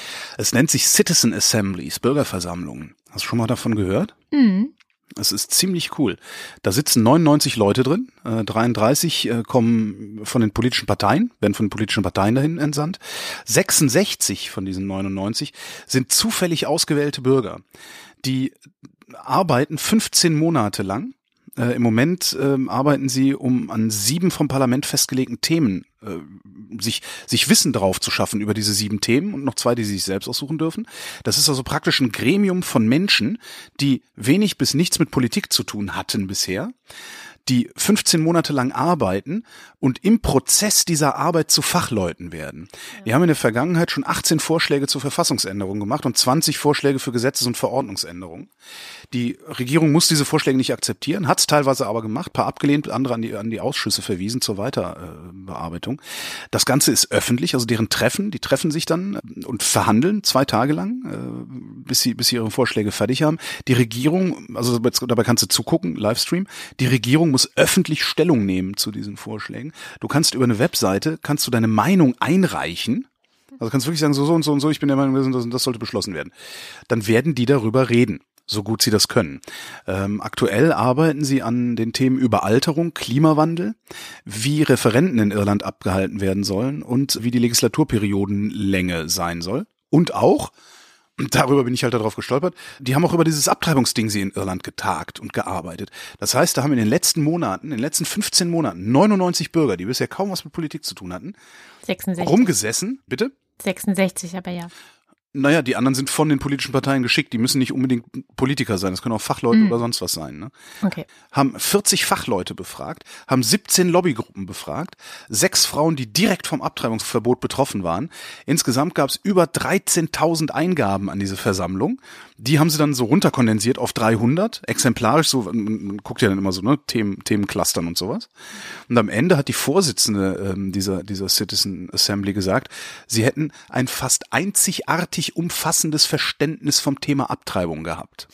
Es nennt sich Citizen Assemblies, Bürgerversammlungen. Hast du schon mal davon gehört? Mhm. Es ist ziemlich cool. Da sitzen neunundneunzig Leute drin, äh, dreiunddreißig äh, kommen von den politischen Parteien, werden von den politischen Parteien dahin entsandt. sechsundsechzig von diesen neunundneunzig sind zufällig ausgewählte Bürger, die arbeiten fünfzehn Monate lang. Äh, Im Moment äh, arbeiten sie, um an sieben vom Parlament festgelegten Themen äh, sich sich Wissen drauf zu schaffen über diese sieben Themen und noch zwei, die sie sich selbst aussuchen dürfen. Das ist also praktisch ein Gremium von Menschen, die wenig bis nichts mit Politik zu tun hatten bisher, die fünfzehn Monate lang arbeiten und im Prozess dieser Arbeit zu Fachleuten werden. Ja. Die haben in der Vergangenheit schon achtzehn Vorschläge zur Verfassungsänderung gemacht und zwanzig Vorschläge für Gesetzes- und Verordnungsänderungen. Die Regierung muss diese Vorschläge nicht akzeptieren, hat es teilweise aber gemacht, paar abgelehnt, andere an die, an die Ausschüsse verwiesen zur Weiterbearbeitung. Das Ganze ist öffentlich, also deren Treffen, die treffen sich dann und verhandeln zwei Tage lang, bis sie, bis sie ihre Vorschläge fertig haben. Die Regierung, also dabei kannst du zugucken, Livestream, die Regierung muss öffentlich Stellung nehmen zu diesen Vorschlägen. Du kannst über eine Webseite, kannst du deine Meinung einreichen. Also kannst du wirklich sagen, so, so und so und so, ich bin der Meinung, das, das sollte beschlossen werden. Dann werden die darüber reden, so gut sie das können. Ähm, aktuell arbeiten sie an den Themen Überalterung, Klimawandel, wie Referenden in Irland abgehalten werden sollen und wie die Legislaturperiodenlänge sein soll. Und auch, und darüber bin ich halt darauf gestolpert, die haben auch über dieses Abtreibungsding sie in Irland getagt und gearbeitet. Das heißt, da haben in den letzten Monaten, in den letzten fünfzehn Monaten, neunundneunzig Bürger, die bisher kaum was mit Politik zu tun hatten, sechsundsechzig rumgesessen, bitte? sechsundsechzig, aber ja. Naja, die anderen sind von den politischen Parteien geschickt. Die müssen nicht unbedingt Politiker sein. Das können auch Fachleute mhm. oder sonst was sein. Ne? Okay. Haben vierzig Fachleute befragt, haben siebzehn Lobbygruppen befragt, sechs Frauen, die direkt vom Abtreibungsverbot betroffen waren. Insgesamt gab es über dreizehntausend Eingaben an diese Versammlung. Die haben sie dann so runterkondensiert auf dreihundert, exemplarisch, so, man guckt ja dann immer so, ne, Themen, Themenclustern und sowas. Und am Ende hat die Vorsitzende ähm, dieser, dieser Citizen Assembly gesagt, sie hätten ein fast einzigartig umfassendes Verständnis vom Thema Abtreibung gehabt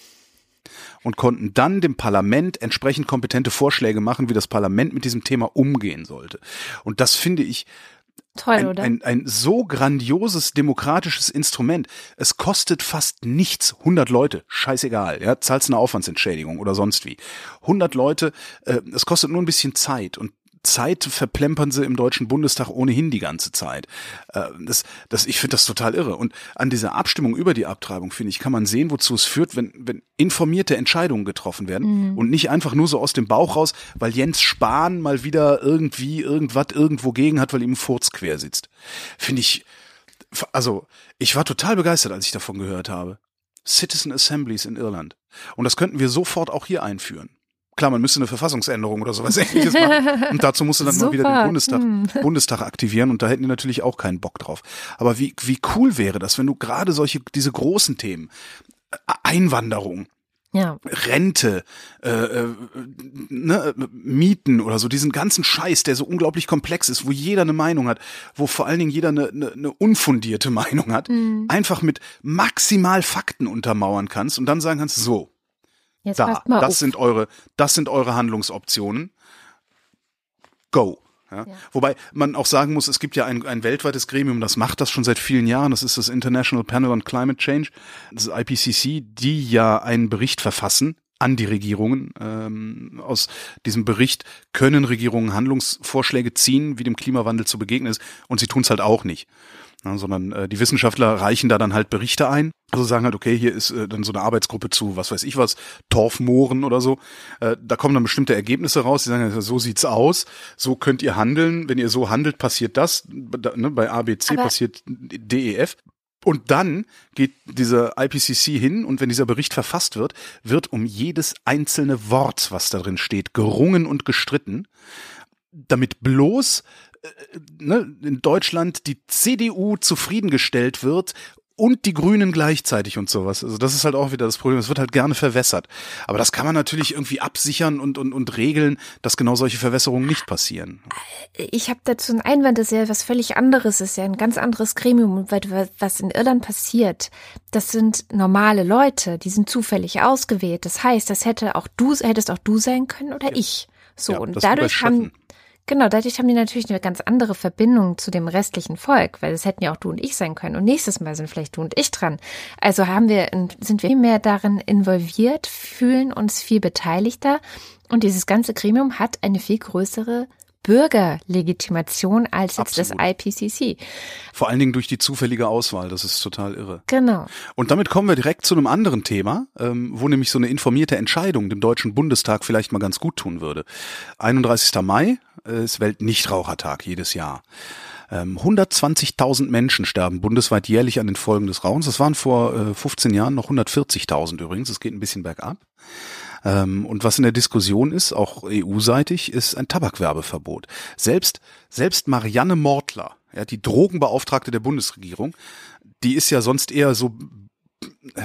und konnten dann dem Parlament entsprechend kompetente Vorschläge machen, wie das Parlament mit diesem Thema umgehen sollte. Und das finde ich toll, ein, oder? Ein, ein so grandioses demokratisches Instrument. Es kostet fast nichts. hundert Leute, scheißegal, ja, zahlst eine Aufwandsentschädigung oder sonst wie. hundert Leute, äh, es kostet nur ein bisschen Zeit und Zeit verplempern sie im Deutschen Bundestag ohnehin die ganze Zeit. Das, das, ich finde das total irre. Und an dieser Abstimmung über die Abtreibung, finde ich, kann man sehen, wozu es führt, wenn, wenn informierte Entscheidungen getroffen werden mhm. und nicht einfach nur so aus dem Bauch raus, weil Jens Spahn mal wieder irgendwie irgendwas irgendwo gegen hat, weil ihm ein Furz quer sitzt. Finde ich, also ich war total begeistert, als ich davon gehört habe. Citizen Assemblies in Irland. Und das könnten wir sofort auch hier einführen. Klar, man müsste eine Verfassungsänderung oder sowas Ähnliches machen. Und dazu musste dann mal wieder den Bundestag, hm. Bundestag aktivieren. Und da hätten die natürlich auch keinen Bock drauf. Aber wie, wie cool wäre das, wenn du gerade solche, diese großen Themen, Einwanderung, ja. Rente, äh, äh, ne, Mieten oder so, diesen ganzen Scheiß, der so unglaublich komplex ist, wo jeder eine Meinung hat, wo vor allen Dingen jeder eine, eine, eine unfundierte Meinung hat, mhm. einfach mit maximal Fakten untermauern kannst und dann sagen kannst, so, Jetzt da, das auf. sind eure, das sind eure Handlungsoptionen. Go. Ja? Ja. Wobei man auch sagen muss, es gibt ja ein, ein weltweites Gremium, das macht das schon seit vielen Jahren. Das ist das International Panel on Climate Change, das I P C C, die ja einen Bericht verfassen an die Regierungen. Ähm, aus diesem Bericht können Regierungen Handlungsvorschläge ziehen, wie dem Klimawandel zu begegnen ist. Und sie tun es halt auch nicht. Ja, sondern äh, die Wissenschaftler reichen da dann halt Berichte ein. Also sagen halt, okay, hier ist äh, dann so eine Arbeitsgruppe zu, was weiß ich was, Torfmooren oder so. Äh, da kommen dann bestimmte Ergebnisse raus. Die sagen, so sieht's aus, so könnt ihr handeln. Wenn ihr so handelt, passiert das. Da, ne, bei A, B, C Aber passiert D, E, F. Und dann geht dieser I P C C hin und wenn dieser Bericht verfasst wird, wird um jedes einzelne Wort, was da drin steht, gerungen und gestritten, damit bloß Ne, in Deutschland die C D U zufriedengestellt wird und die Grünen gleichzeitig und sowas. Also das ist halt auch wieder das Problem. Es wird halt gerne verwässert. Aber das kann man natürlich irgendwie absichern und, und, und regeln, dass genau solche Verwässerungen nicht passieren. Ich habe dazu einen Einwand, das ist ja was völlig anderes, das ist ja ein ganz anderes Gremium. Was in Irland passiert, das sind normale Leute, die sind zufällig ausgewählt. Das heißt, das hätte auch du, hättest auch du sein können oder ja. ich. So, ja, und dadurch haben Genau, dadurch haben die natürlich eine ganz andere Verbindung zu dem restlichen Volk, weil das hätten ja auch du und ich sein können. Und nächstes Mal sind vielleicht du und ich dran. Also haben wir, sind wir viel mehr darin involviert, fühlen uns viel beteiligter. Und dieses ganze Gremium hat eine viel größere Bürgerlegitimation als jetzt Absolut. Das I P C C. Vor allen Dingen durch die zufällige Auswahl, das ist total irre. Genau. Und damit kommen wir direkt zu einem anderen Thema, ähm, wo nämlich so eine informierte Entscheidung dem Deutschen Bundestag vielleicht mal ganz gut tun würde. einunddreißigster Mai äh, ist Weltnichtrauchertag jedes Jahr. Ähm, hundertzwanzigtausend Menschen sterben bundesweit jährlich an den Folgen des Rauchens. Das waren vor äh, fünfzehn Jahren noch hundertvierzigtausend übrigens. Es geht ein bisschen bergab. Ähm, und was in der Diskussion ist, auch E U-seitig, ist ein Tabakwerbeverbot. Selbst, selbst Marianne Mortler, ja, die Drogenbeauftragte der Bundesregierung, die ist ja sonst eher so, äh,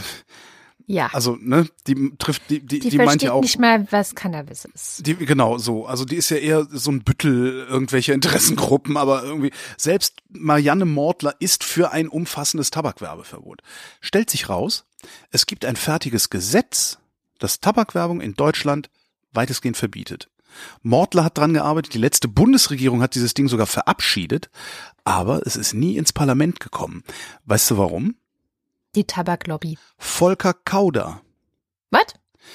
ja. Also, ne, die trifft, die, die, die, die meint ja auch. Die versteht nicht mal, was Cannabis ist. Die, genau, so. Also, die ist ja eher so ein Büttel irgendwelcher Interessengruppen, aber irgendwie, selbst Marianne Mortler ist für ein umfassendes Tabakwerbeverbot. Stellt sich raus, es gibt ein fertiges Gesetz, das Tabakwerbung in Deutschland weitestgehend verbietet. Mortler hat dran gearbeitet, die letzte Bundesregierung hat dieses Ding sogar verabschiedet, aber es ist nie ins Parlament gekommen. Weißt du warum? Die Tabaklobby. Volker Kauder. Was?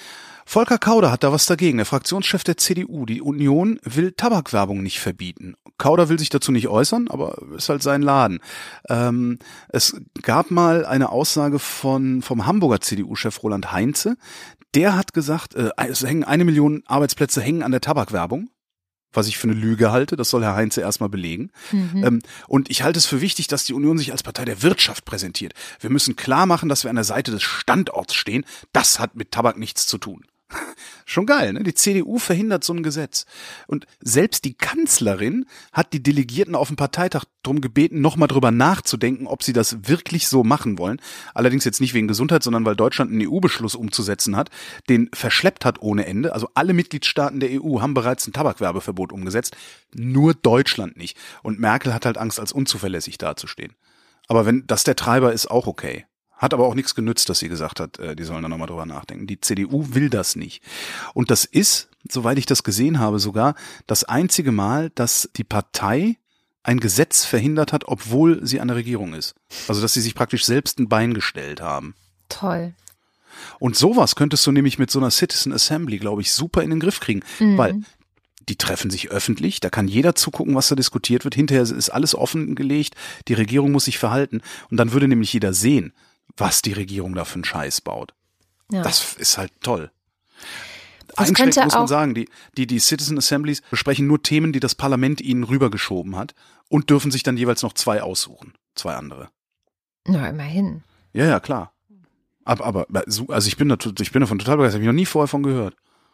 Volker Kauder hat da was dagegen, der Fraktionschef der C D U. Die Union will Tabakwerbung nicht verbieten. Kauder will sich dazu nicht äußern, aber ist halt sein Laden. Ähm, es gab mal eine Aussage von vom Hamburger C D U-Chef Roland Heinze. Der hat gesagt, äh, es hängen eine Million Arbeitsplätze hängen an der Tabakwerbung. Was ich für eine Lüge halte, das soll Herr Heinze erstmal belegen. Mhm. Ähm, und ich halte es für wichtig, dass die Union sich als Partei der Wirtschaft präsentiert. Wir müssen klar machen, dass wir an der Seite des Standorts stehen. Das hat mit Tabak nichts zu tun. Schon geil, ne? Die C D U verhindert so ein Gesetz. Und selbst die Kanzlerin hat die Delegierten auf dem Parteitag darum gebeten, nochmal drüber nachzudenken, ob sie das wirklich so machen wollen. Allerdings jetzt nicht wegen Gesundheit, sondern weil Deutschland einen E U-Beschluss umzusetzen hat, den verschleppt hat ohne Ende. Also alle Mitgliedstaaten der E U haben bereits ein Tabakwerbeverbot umgesetzt, nur Deutschland nicht. Und Merkel hat halt Angst, als unzuverlässig dazustehen. Aber wenn das der Treiber ist, auch okay. Hat aber auch nichts genützt, dass sie gesagt hat, die sollen da nochmal drüber nachdenken. Die C D U will das nicht. Und das ist, soweit ich das gesehen habe, sogar das einzige Mal, dass die Partei ein Gesetz verhindert hat, obwohl sie an der Regierung ist. Also, dass sie sich praktisch selbst ein Bein gestellt haben. Toll. Und sowas könntest du nämlich mit so einer Citizen Assembly, glaube ich, super in den Griff kriegen. Mhm. Weil die treffen sich öffentlich, da kann jeder zugucken, was da diskutiert wird. Hinterher ist alles offengelegt, die Regierung muss sich verhalten. Und dann würde nämlich jeder sehen, was die Regierung da für einen Scheiß baut. Ja. Das ist halt toll. Einschränkend muss man sagen, die, die, die Citizen Assemblies besprechen nur Themen, die das Parlament ihnen rübergeschoben hat und dürfen sich dann jeweils noch zwei aussuchen. Zwei andere. Na, immerhin. Ja, ja, klar. Aber, aber also ich bin, da, ich bin davon total begeistert. Habe ich noch nie vorher von gehört.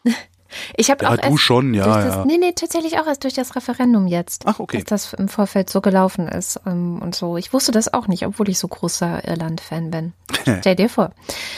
Ich habe ja, auch du erst schon, ja, das, ja. Nee, nee, tatsächlich auch erst durch das Referendum jetzt. Ach, okay. Dass das im Vorfeld so gelaufen ist um, und so. Ich wusste das auch nicht, obwohl ich so großer Irland-Fan bin. Stell dir vor.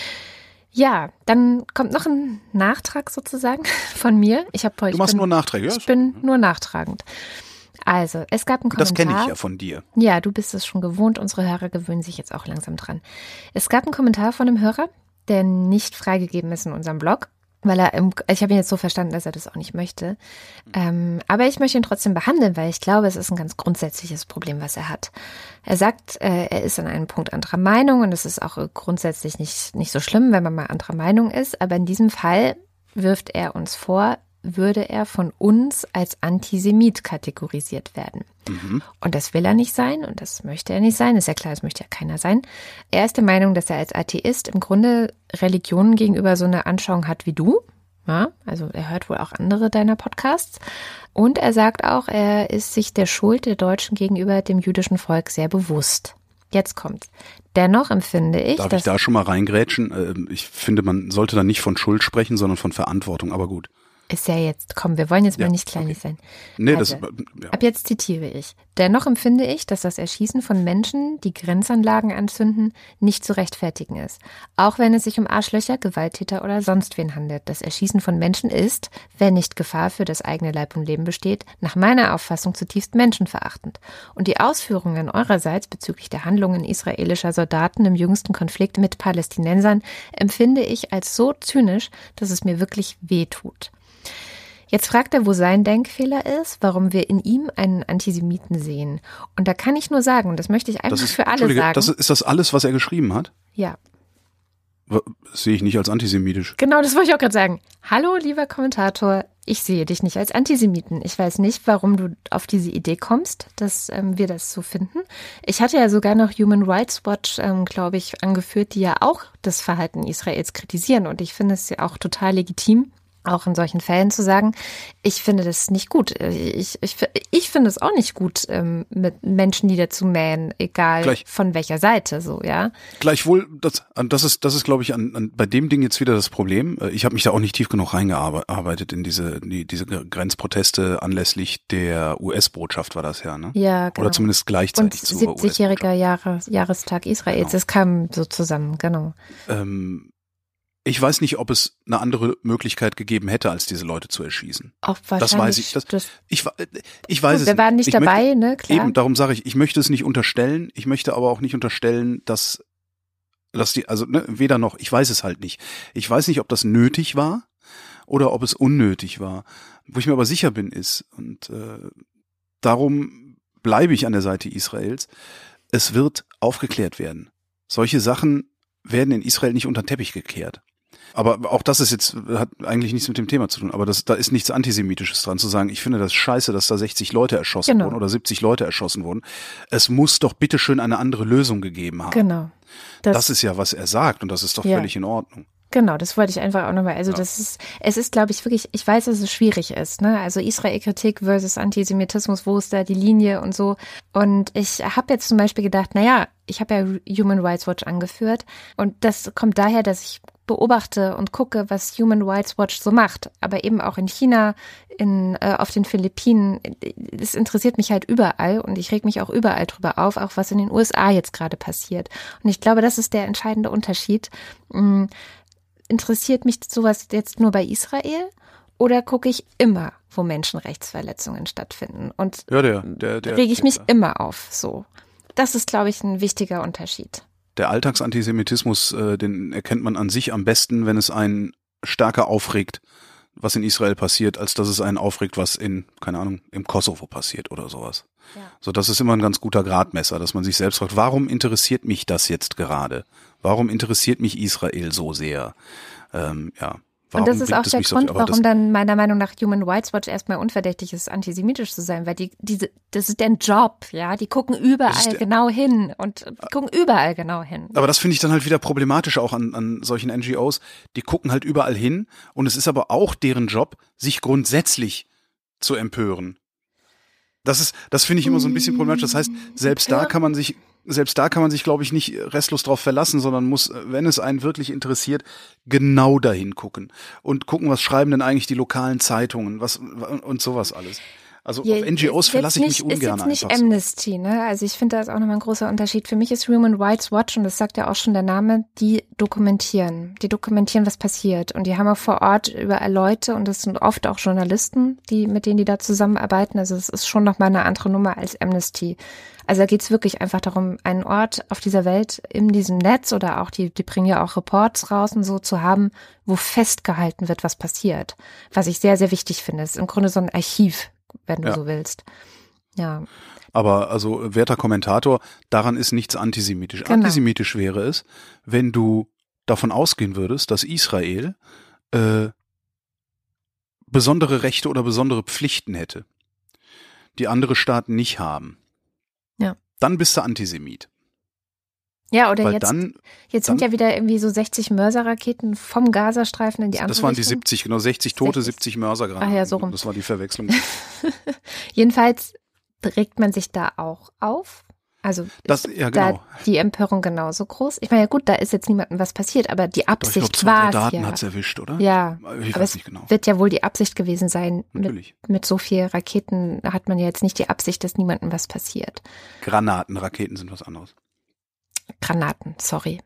Ja, dann kommt noch ein Nachtrag sozusagen von mir. Ich hab, du ich machst bin, nur Nachträge, ja? Ich bin nur nachtragend. Also, es gab einen Kommentar. Das kenne ich ja von dir. Ja, du bist es schon gewohnt. Unsere Hörer gewöhnen sich jetzt auch langsam dran. Es gab einen Kommentar von einem Hörer, der nicht freigegeben ist in unserem Blog, weil er, im, ich habe ihn jetzt so verstanden, dass er das auch nicht möchte. Ähm, aber ich möchte ihn trotzdem behandeln, weil ich glaube, es ist ein ganz grundsätzliches Problem, was er hat. Er sagt, äh, er ist an einem Punkt anderer Meinung und es ist auch grundsätzlich nicht, nicht so schlimm, wenn man mal anderer Meinung ist. Aber in diesem Fall wirft er uns vor, würde er von uns als Antisemit kategorisiert werden. Mhm. Und das will er nicht sein und das möchte er nicht sein. Ist ja klar, das möchte ja keiner sein. Er ist der Meinung, dass er als Atheist im Grunde Religionen gegenüber so eine Anschauung hat wie du. Ja, also er hört wohl auch andere deiner Podcasts. Und er sagt auch, er ist sich der Schuld der Deutschen gegenüber dem jüdischen Volk sehr bewusst. Jetzt kommt's. Dennoch empfinde ich, Darf ich da schon mal reingrätschen? Ich finde, man sollte da nicht von Schuld sprechen, sondern von Verantwortung, aber gut. Ist ja jetzt, komm, wir wollen jetzt ja, mal nicht kleinlich okay. sein. Nee, also, das, ja. Ab jetzt zitiere ich. Dennoch empfinde ich, dass das Erschießen von Menschen, die Grenzanlagen anzünden, nicht zu rechtfertigen ist. Auch wenn es sich um Arschlöcher, Gewalttäter oder sonst wen handelt. Das Erschießen von Menschen ist, wenn nicht Gefahr für das eigene Leib und Leben besteht, nach meiner Auffassung zutiefst menschenverachtend. Und die Ausführungen eurerseits bezüglich der Handlungen israelischer Soldaten im jüngsten Konflikt mit Palästinensern empfinde ich als so zynisch, dass es mir wirklich wehtut. Jetzt fragt er, wo sein Denkfehler ist, warum wir in ihm einen Antisemiten sehen. Und da kann ich nur sagen, und das möchte ich einfach das ist, für alle sagen. Das ist, ist das alles, was er geschrieben hat? Ja. Das sehe ich nicht als antisemitisch. Genau, das wollte ich auch gerade sagen. Hallo, lieber Kommentator, ich sehe dich nicht als Antisemiten. Ich weiß nicht, warum du auf diese Idee kommst, dass ähm, wir das so finden. Ich hatte ja sogar noch Human Rights Watch, ähm, glaube ich, angeführt, die ja auch das Verhalten Israels kritisieren. Und ich finde es ja auch total legitim, auch in solchen Fällen zu sagen, ich finde das nicht gut. Ich, ich, ich finde es auch nicht gut, ähm, mit Menschen niederzumähen, egal Gleich. von welcher Seite, so, ja. Gleichwohl, das, das ist, das ist, glaube ich, an, an, bei dem Ding jetzt wieder das Problem. Ich habe mich da auch nicht tief genug reingearbeitet in diese, die, diese Grenzproteste anlässlich der U S-Botschaft war das ja, ne? Ja, genau. Oder zumindest gleichzeitig zu U S-Botschaft. siebzigjähriger Jahres, Jahrestag Israels, genau. Das kam so zusammen, genau. Ähm, Ich weiß nicht, ob es eine andere Möglichkeit gegeben hätte, als diese Leute zu erschießen. Auch wahrscheinlich. Das weiß ich. Das, das ich, ich weiß gut, es wir waren nicht ich dabei, möchte, ne? Klar. Eben, darum sage ich, ich möchte es nicht unterstellen. Ich möchte aber auch nicht unterstellen, dass, dass die, also ne, weder noch. Ich weiß es halt nicht. Ich weiß nicht, ob das nötig war oder ob es unnötig war. Wo ich mir aber sicher bin, ist und äh, darum bleibe ich an der Seite Israels. Es wird aufgeklärt werden. Solche Sachen werden in Israel nicht unter den Teppich gekehrt. Aber auch das ist jetzt, hat eigentlich nichts mit dem Thema zu tun. Aber das, da ist nichts Antisemitisches dran zu sagen, ich finde das scheiße, dass da sechzig Leute erschossen genau. wurden oder siebzig Leute erschossen wurden. Es muss doch bitteschön eine andere Lösung gegeben haben. Genau. Das, das ist ja, was er sagt und das ist doch ja. völlig in Ordnung. Genau, das wollte ich einfach auch nochmal, also ja. das ist, es ist, glaube ich, wirklich, ich weiß, dass es schwierig ist, ne, also Israel-Kritik versus Antisemitismus, wo ist da die Linie und so, und ich habe jetzt zum Beispiel gedacht, naja, ich habe ja Human Rights Watch angeführt und das kommt daher, dass ich beobachte und gucke, was Human Rights Watch so macht, aber eben auch in China, in äh, auf den Philippinen, es interessiert mich halt überall und ich reg mich auch überall drüber auf, auch was in den U S A jetzt gerade passiert, und ich glaube, das ist der entscheidende Unterschied. Hm, interessiert mich sowas jetzt nur bei Israel oder gucke ich immer, wo Menschenrechtsverletzungen stattfinden? Und ja, der, der, der, rege ich mich der, immer auf. So, das ist, glaube ich, ein wichtiger Unterschied. Der Alltagsantisemitismus, äh, den erkennt man an sich am besten, wenn es einen stärker aufregt, was in Israel passiert, als dass es einen aufregt, was in, keine Ahnung, im Kosovo passiert oder sowas. Ja. So, das ist immer ein ganz guter Gradmesser, dass man sich selbst fragt, warum interessiert mich das jetzt gerade? Warum interessiert mich Israel so sehr? Ähm, ja. Warum und das ist auch der Grund, so, warum dann meiner Meinung nach Human Rights Watch erstmal unverdächtig ist, antisemitisch zu sein, weil die, diese, das ist deren Job, ja, die gucken überall der, genau hin und die gucken überall genau hin. Aber das finde ich dann halt wieder problematisch auch an, an solchen N G Os, die gucken halt überall hin und es ist aber auch deren Job, sich grundsätzlich zu empören. Das ist, das finde ich immer so ein bisschen problematisch. Das heißt, selbst da kann man sich selbst da kann man sich, glaube ich, nicht restlos drauf verlassen, sondern muss, wenn es einen wirklich interessiert, genau dahin gucken und gucken, was schreiben denn eigentlich die lokalen Zeitungen, was und sowas alles. Also ja, auf N G Os verlasse ich mich ungern einfach. Ist jetzt nicht Amnesty, ne? Also ich finde, da ist auch nochmal ein großer Unterschied. Für mich ist Human Rights Watch, und das sagt ja auch schon der Name, die dokumentieren. Die dokumentieren, was passiert. Und die haben auch vor Ort überall Leute, und das sind oft auch Journalisten, die mit denen die da zusammenarbeiten. Also es ist schon nochmal eine andere Nummer als Amnesty. Also da geht's wirklich einfach darum, einen Ort auf dieser Welt in diesem Netz, oder auch, die, die bringen ja auch Reports raus und so, zu haben, wo festgehalten wird, was passiert. Was ich sehr, sehr wichtig finde. Es ist im Grunde so ein Archiv, wenn du ja. so willst. Ja. Aber also, werter Kommentator, daran ist nichts antisemitisch. Genau. Antisemitisch wäre es, wenn du davon ausgehen würdest, dass Israel äh, besondere Rechte oder besondere Pflichten hätte, die andere Staaten nicht haben. Ja. Dann bist du Antisemit. Ja, oder Weil jetzt, dann, jetzt sind dann, ja wieder irgendwie so sechzig Mörserraketen vom Gazastreifen in die andere Das waren Richtung. die siebzig, genau, sechzig Tote, siebzig Mörsergranaten. Ach ja, so rum. Das war die Verwechslung. Jedenfalls regt man sich da auch auf. Also das, ja, genau. da die Empörung genauso groß. Ich meine, ja gut, da ist jetzt niemandem was passiert, aber die Absicht war es ja. Soldaten hat's erwischt, oder? Ja, ich aber weiß es nicht genau. wird ja wohl die Absicht gewesen sein. Natürlich. Mit, mit so viel Raketen hat man ja jetzt nicht die Absicht, dass niemandem was passiert. Granaten, Raketen sind was anderes. Granaten, sorry.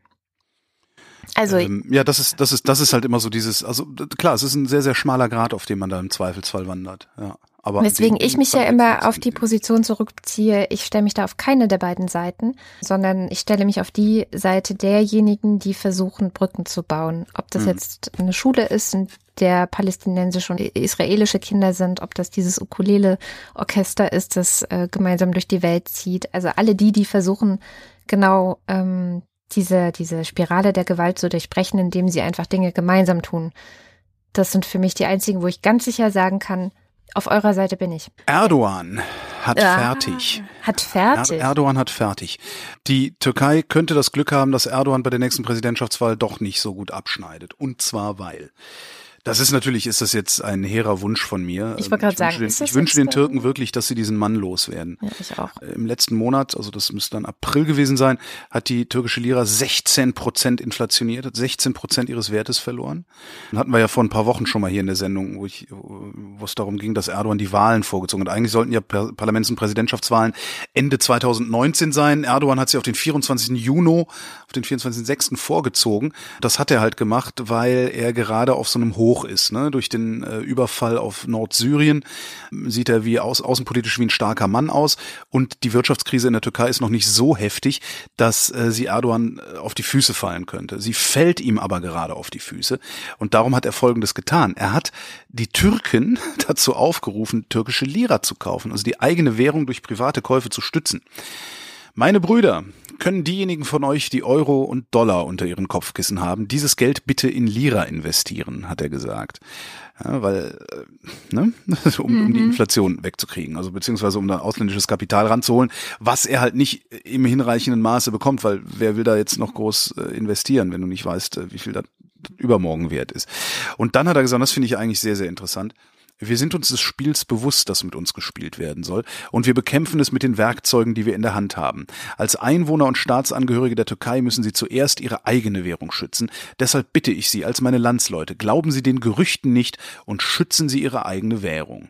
Also ähm, ja, das ist das ist das ist halt immer so dieses, also klar, es ist ein sehr sehr schmaler Grat, auf dem man da im Zweifelsfall wandert. Ja, aber weswegen ich mich ja immer auf die Position zurückziehe, ich stelle mich da auf keine der beiden Seiten, sondern ich stelle mich auf die Seite derjenigen, die versuchen, Brücken zu bauen. Ob das mhm. jetzt eine Schule ist, in der palästinensische und israelische Kinder sind, ob das dieses Ukulele-Orchester ist, das äh, gemeinsam durch die Welt zieht. Also alle die, die versuchen, genau ähm, diese diese Spirale der Gewalt zu durchbrechen, indem sie einfach Dinge gemeinsam tun. Das sind für mich die einzigen, wo ich ganz sicher sagen kann, auf eurer Seite bin ich. Erdogan hat ja, fertig. Hat fertig. Er, Erdogan hat fertig. Die Türkei könnte das Glück haben, dass Erdogan bei der nächsten Präsidentschaftswahl doch nicht so gut abschneidet. Und zwar weil... Das ist natürlich, ist das jetzt ein hehrer Wunsch von mir. Ich wollte gerade sagen, den, ich wünsche den Türken wirklich, dass sie diesen Mann loswerden. Ja, ich auch. Im letzten Monat, also das müsste dann April gewesen sein, hat die türkische Lira sechzehn Prozent inflationiert, hat sechzehn Prozent ihres Wertes verloren. Dann hatten wir ja vor ein paar Wochen schon mal hier in der Sendung, wo ich, wo es darum ging, dass Erdogan die Wahlen vorgezogen hat. Eigentlich sollten ja Parlaments- und Präsidentschaftswahlen Ende zweitausendneunzehn sein. Erdogan hat sie auf den vierundzwanzigsten Juni, auf den vierundzwanzigsten sechsten vorgezogen. Das hat er halt gemacht, weil er gerade auf so einem Hoch ist, ne? Durch den äh, Überfall auf Nordsyrien sieht er wie aus, außenpolitisch wie ein starker Mann aus, und die Wirtschaftskrise in der Türkei ist noch nicht so heftig, dass äh, sie Erdogan äh, auf die Füße fallen könnte. Sie fällt ihm aber gerade auf die Füße, und darum hat er Folgendes getan. Er hat die Türken dazu aufgerufen, türkische Lira zu kaufen, also die eigene Währung durch private Käufe zu stützen. Meine Brüder, können diejenigen von euch, die Euro und Dollar unter ihren Kopfkissen haben, dieses Geld bitte in Lira investieren, hat er gesagt. Ja, weil, äh, ne, um, mhm. um die Inflation wegzukriegen, also beziehungsweise um da ausländisches Kapital ranzuholen, was er halt nicht im hinreichenden Maße bekommt, weil wer will da jetzt noch groß äh, investieren, wenn du nicht weißt, äh, wie viel das übermorgen wert ist. Und dann hat er gesagt, das finde ich eigentlich sehr, sehr interessant. Wir sind uns des Spiels bewusst, das mit uns gespielt werden soll, und wir bekämpfen es mit den Werkzeugen, die wir in der Hand haben. Als Einwohner und Staatsangehörige der Türkei müssen Sie zuerst Ihre eigene Währung schützen. Deshalb bitte ich Sie als meine Landsleute, glauben Sie den Gerüchten nicht und schützen Sie Ihre eigene Währung.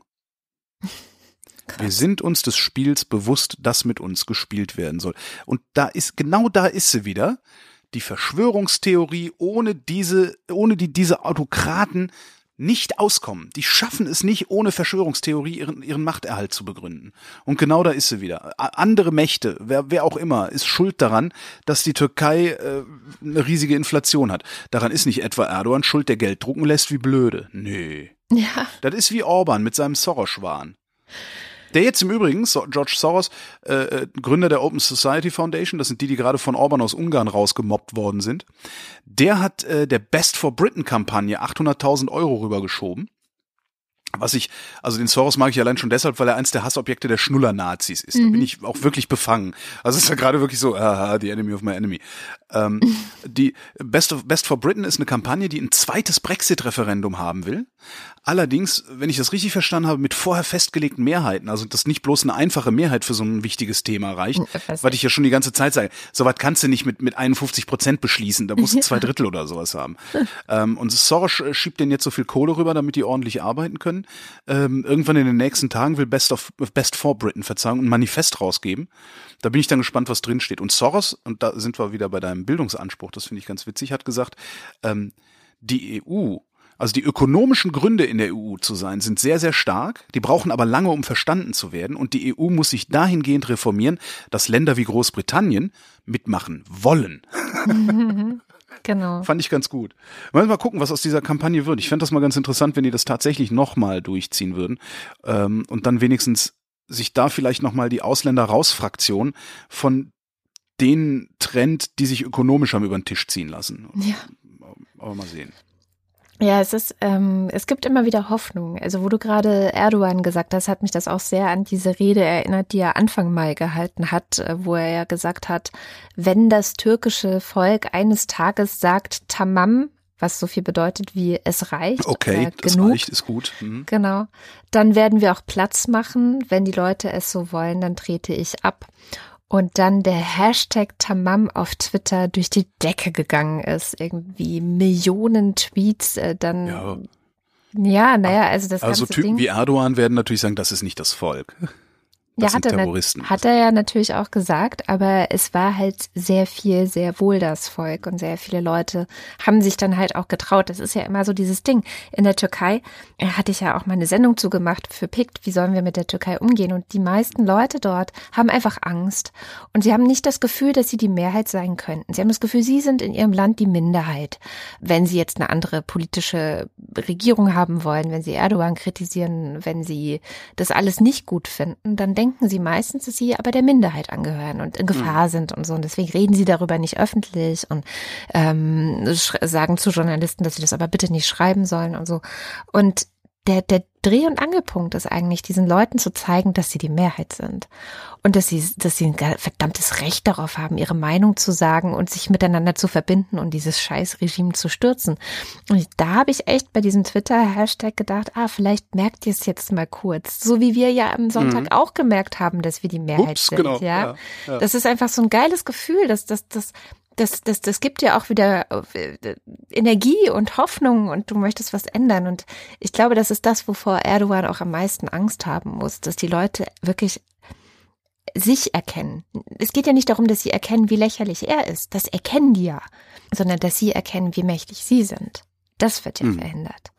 Krass. Wir sind uns des Spiels bewusst, das mit uns gespielt werden soll. Und da ist, genau da ist sie wieder, die Verschwörungstheorie, ohne diese, ohne die diese Autokraten nicht auskommen. Die schaffen es nicht, ohne Verschwörungstheorie ihren, ihren Machterhalt zu begründen. Und genau da ist sie wieder. Andere Mächte, wer, wer auch immer, ist schuld daran, dass die Türkei äh, eine riesige Inflation hat. Daran ist nicht etwa Erdogan schuld, der Geld drucken lässt wie blöde. Nee. Ja. Das ist wie Orban mit seinem Soros-Schwan. Der jetzt im Übrigen, George Soros, äh, Gründer der Open Society Foundation, das sind die, die gerade von Orban aus Ungarn rausgemobbt worden sind, der hat äh, der Best for Britain-Kampagne achthunderttausend Euro rübergeschoben. Was ich, also den Soros mag ich allein schon deshalb, weil er eins der Hassobjekte der Schnuller-Nazis ist. Mhm. Da bin ich auch wirklich befangen. Also es ist ja gerade wirklich so, ah, the enemy of my enemy. Ähm, die Best, of, Best for Britain ist eine Kampagne, die ein zweites Brexit-Referendum haben will. Allerdings, wenn ich das richtig verstanden habe, mit vorher festgelegten Mehrheiten, also dass nicht bloß eine einfache Mehrheit für so ein wichtiges Thema reicht, was ich ja schon die ganze Zeit sage, sowas kannst du nicht mit mit einundfünfzig Prozent beschließen, da musst du zwei Drittel oder sowas haben. ähm, und Soros schiebt denen jetzt so viel Kohle rüber, damit die ordentlich arbeiten können. Ähm, irgendwann in den nächsten Tagen will Best of Best for Britain, Verzeihung, ein Manifest rausgeben. Da bin ich dann gespannt, was drin steht. Und Soros, und da sind wir wieder bei deinem Bildungsanspruch, das finde ich ganz witzig, hat gesagt, ähm, die E U, also die ökonomischen Gründe in der E U zu sein, sind sehr, sehr stark. Die brauchen aber lange, um verstanden zu werden. Und die E U muss sich dahingehend reformieren, dass Länder wie Großbritannien mitmachen wollen. Genau. Fand ich ganz gut. Mal gucken, was aus dieser Kampagne wird. Ich fände das mal ganz interessant, wenn die das tatsächlich nochmal durchziehen würden. Ähm, und dann wenigstens sich da vielleicht nochmal die Ausländer-Raus-Fraktion von den Trend, die sich ökonomisch haben, über den Tisch ziehen lassen. Ja. Aber mal sehen. Ja, es ist, ähm, es gibt immer wieder Hoffnung. Also wo du gerade Erdogan gesagt hast, hat mich das auch sehr an diese Rede erinnert, die er Anfang Mai gehalten hat, wo er ja gesagt hat, wenn das türkische Volk eines Tages sagt Tamam, was so viel bedeutet wie es reicht. Okay, äh, das genug, reicht, ist gut. Mhm. Genau. Dann werden wir auch Platz machen. Wenn die Leute es so wollen, dann trete ich ab. Und dann der Hashtag Tamam auf Twitter durch die Decke gegangen ist. Irgendwie Millionen Tweets, äh, dann. Ja, ja naja, also das also ganze Typen Ding. wie Erdogan werden natürlich sagen, das ist nicht das Volk. Das Ja, hat sind er, Terroristen. hat er ja natürlich auch gesagt, aber es war halt sehr viel, sehr wohl das Volk und sehr viele Leute haben sich dann halt auch getraut. Das ist ja immer so dieses Ding. In der Türkei äh, hatte ich ja auch mal eine Sendung zugemacht für P I C T, wie sollen wir mit der Türkei umgehen? Und die meisten Leute dort haben einfach Angst und sie haben nicht das Gefühl, dass sie die Mehrheit sein könnten. Sie haben das Gefühl, sie sind in ihrem Land die Minderheit. Wenn sie jetzt eine andere politische Regierung haben wollen, wenn sie Erdogan kritisieren, wenn sie das alles nicht gut finden, dann denken sie meistens, dass sie aber der Minderheit angehören und in Gefahr sind und so. Und deswegen reden sie darüber nicht öffentlich und ähm, sagen zu Journalisten, dass sie das aber bitte nicht schreiben sollen und so. Und der, der Dreh- und Angelpunkt ist eigentlich, diesen Leuten zu zeigen, dass sie die Mehrheit sind. Und dass sie, dass sie ein verdammtes Recht darauf haben, ihre Meinung zu sagen und sich miteinander zu verbinden und dieses Scheißregime zu stürzen. Und da habe ich echt bei diesem Twitter-Hashtag gedacht, ah, vielleicht merkt ihr es jetzt mal kurz. So wie wir ja am Sonntag mhm. auch gemerkt haben, dass wir die Mehrheit Ups, sind. Genau. Ja? Ja, ja. Das ist einfach so ein geiles Gefühl, dass das, das, Das, das, das gibt ja auch wieder Energie und Hoffnung und du möchtest was ändern. Und ich glaube, das ist das, wovor Erdogan auch am meisten Angst haben muss, dass die Leute wirklich sich erkennen. Es geht ja nicht darum, dass sie erkennen, wie lächerlich er ist. Das erkennen die ja. Sondern dass sie erkennen, wie mächtig sie sind. Das wird ja hm. verhindert.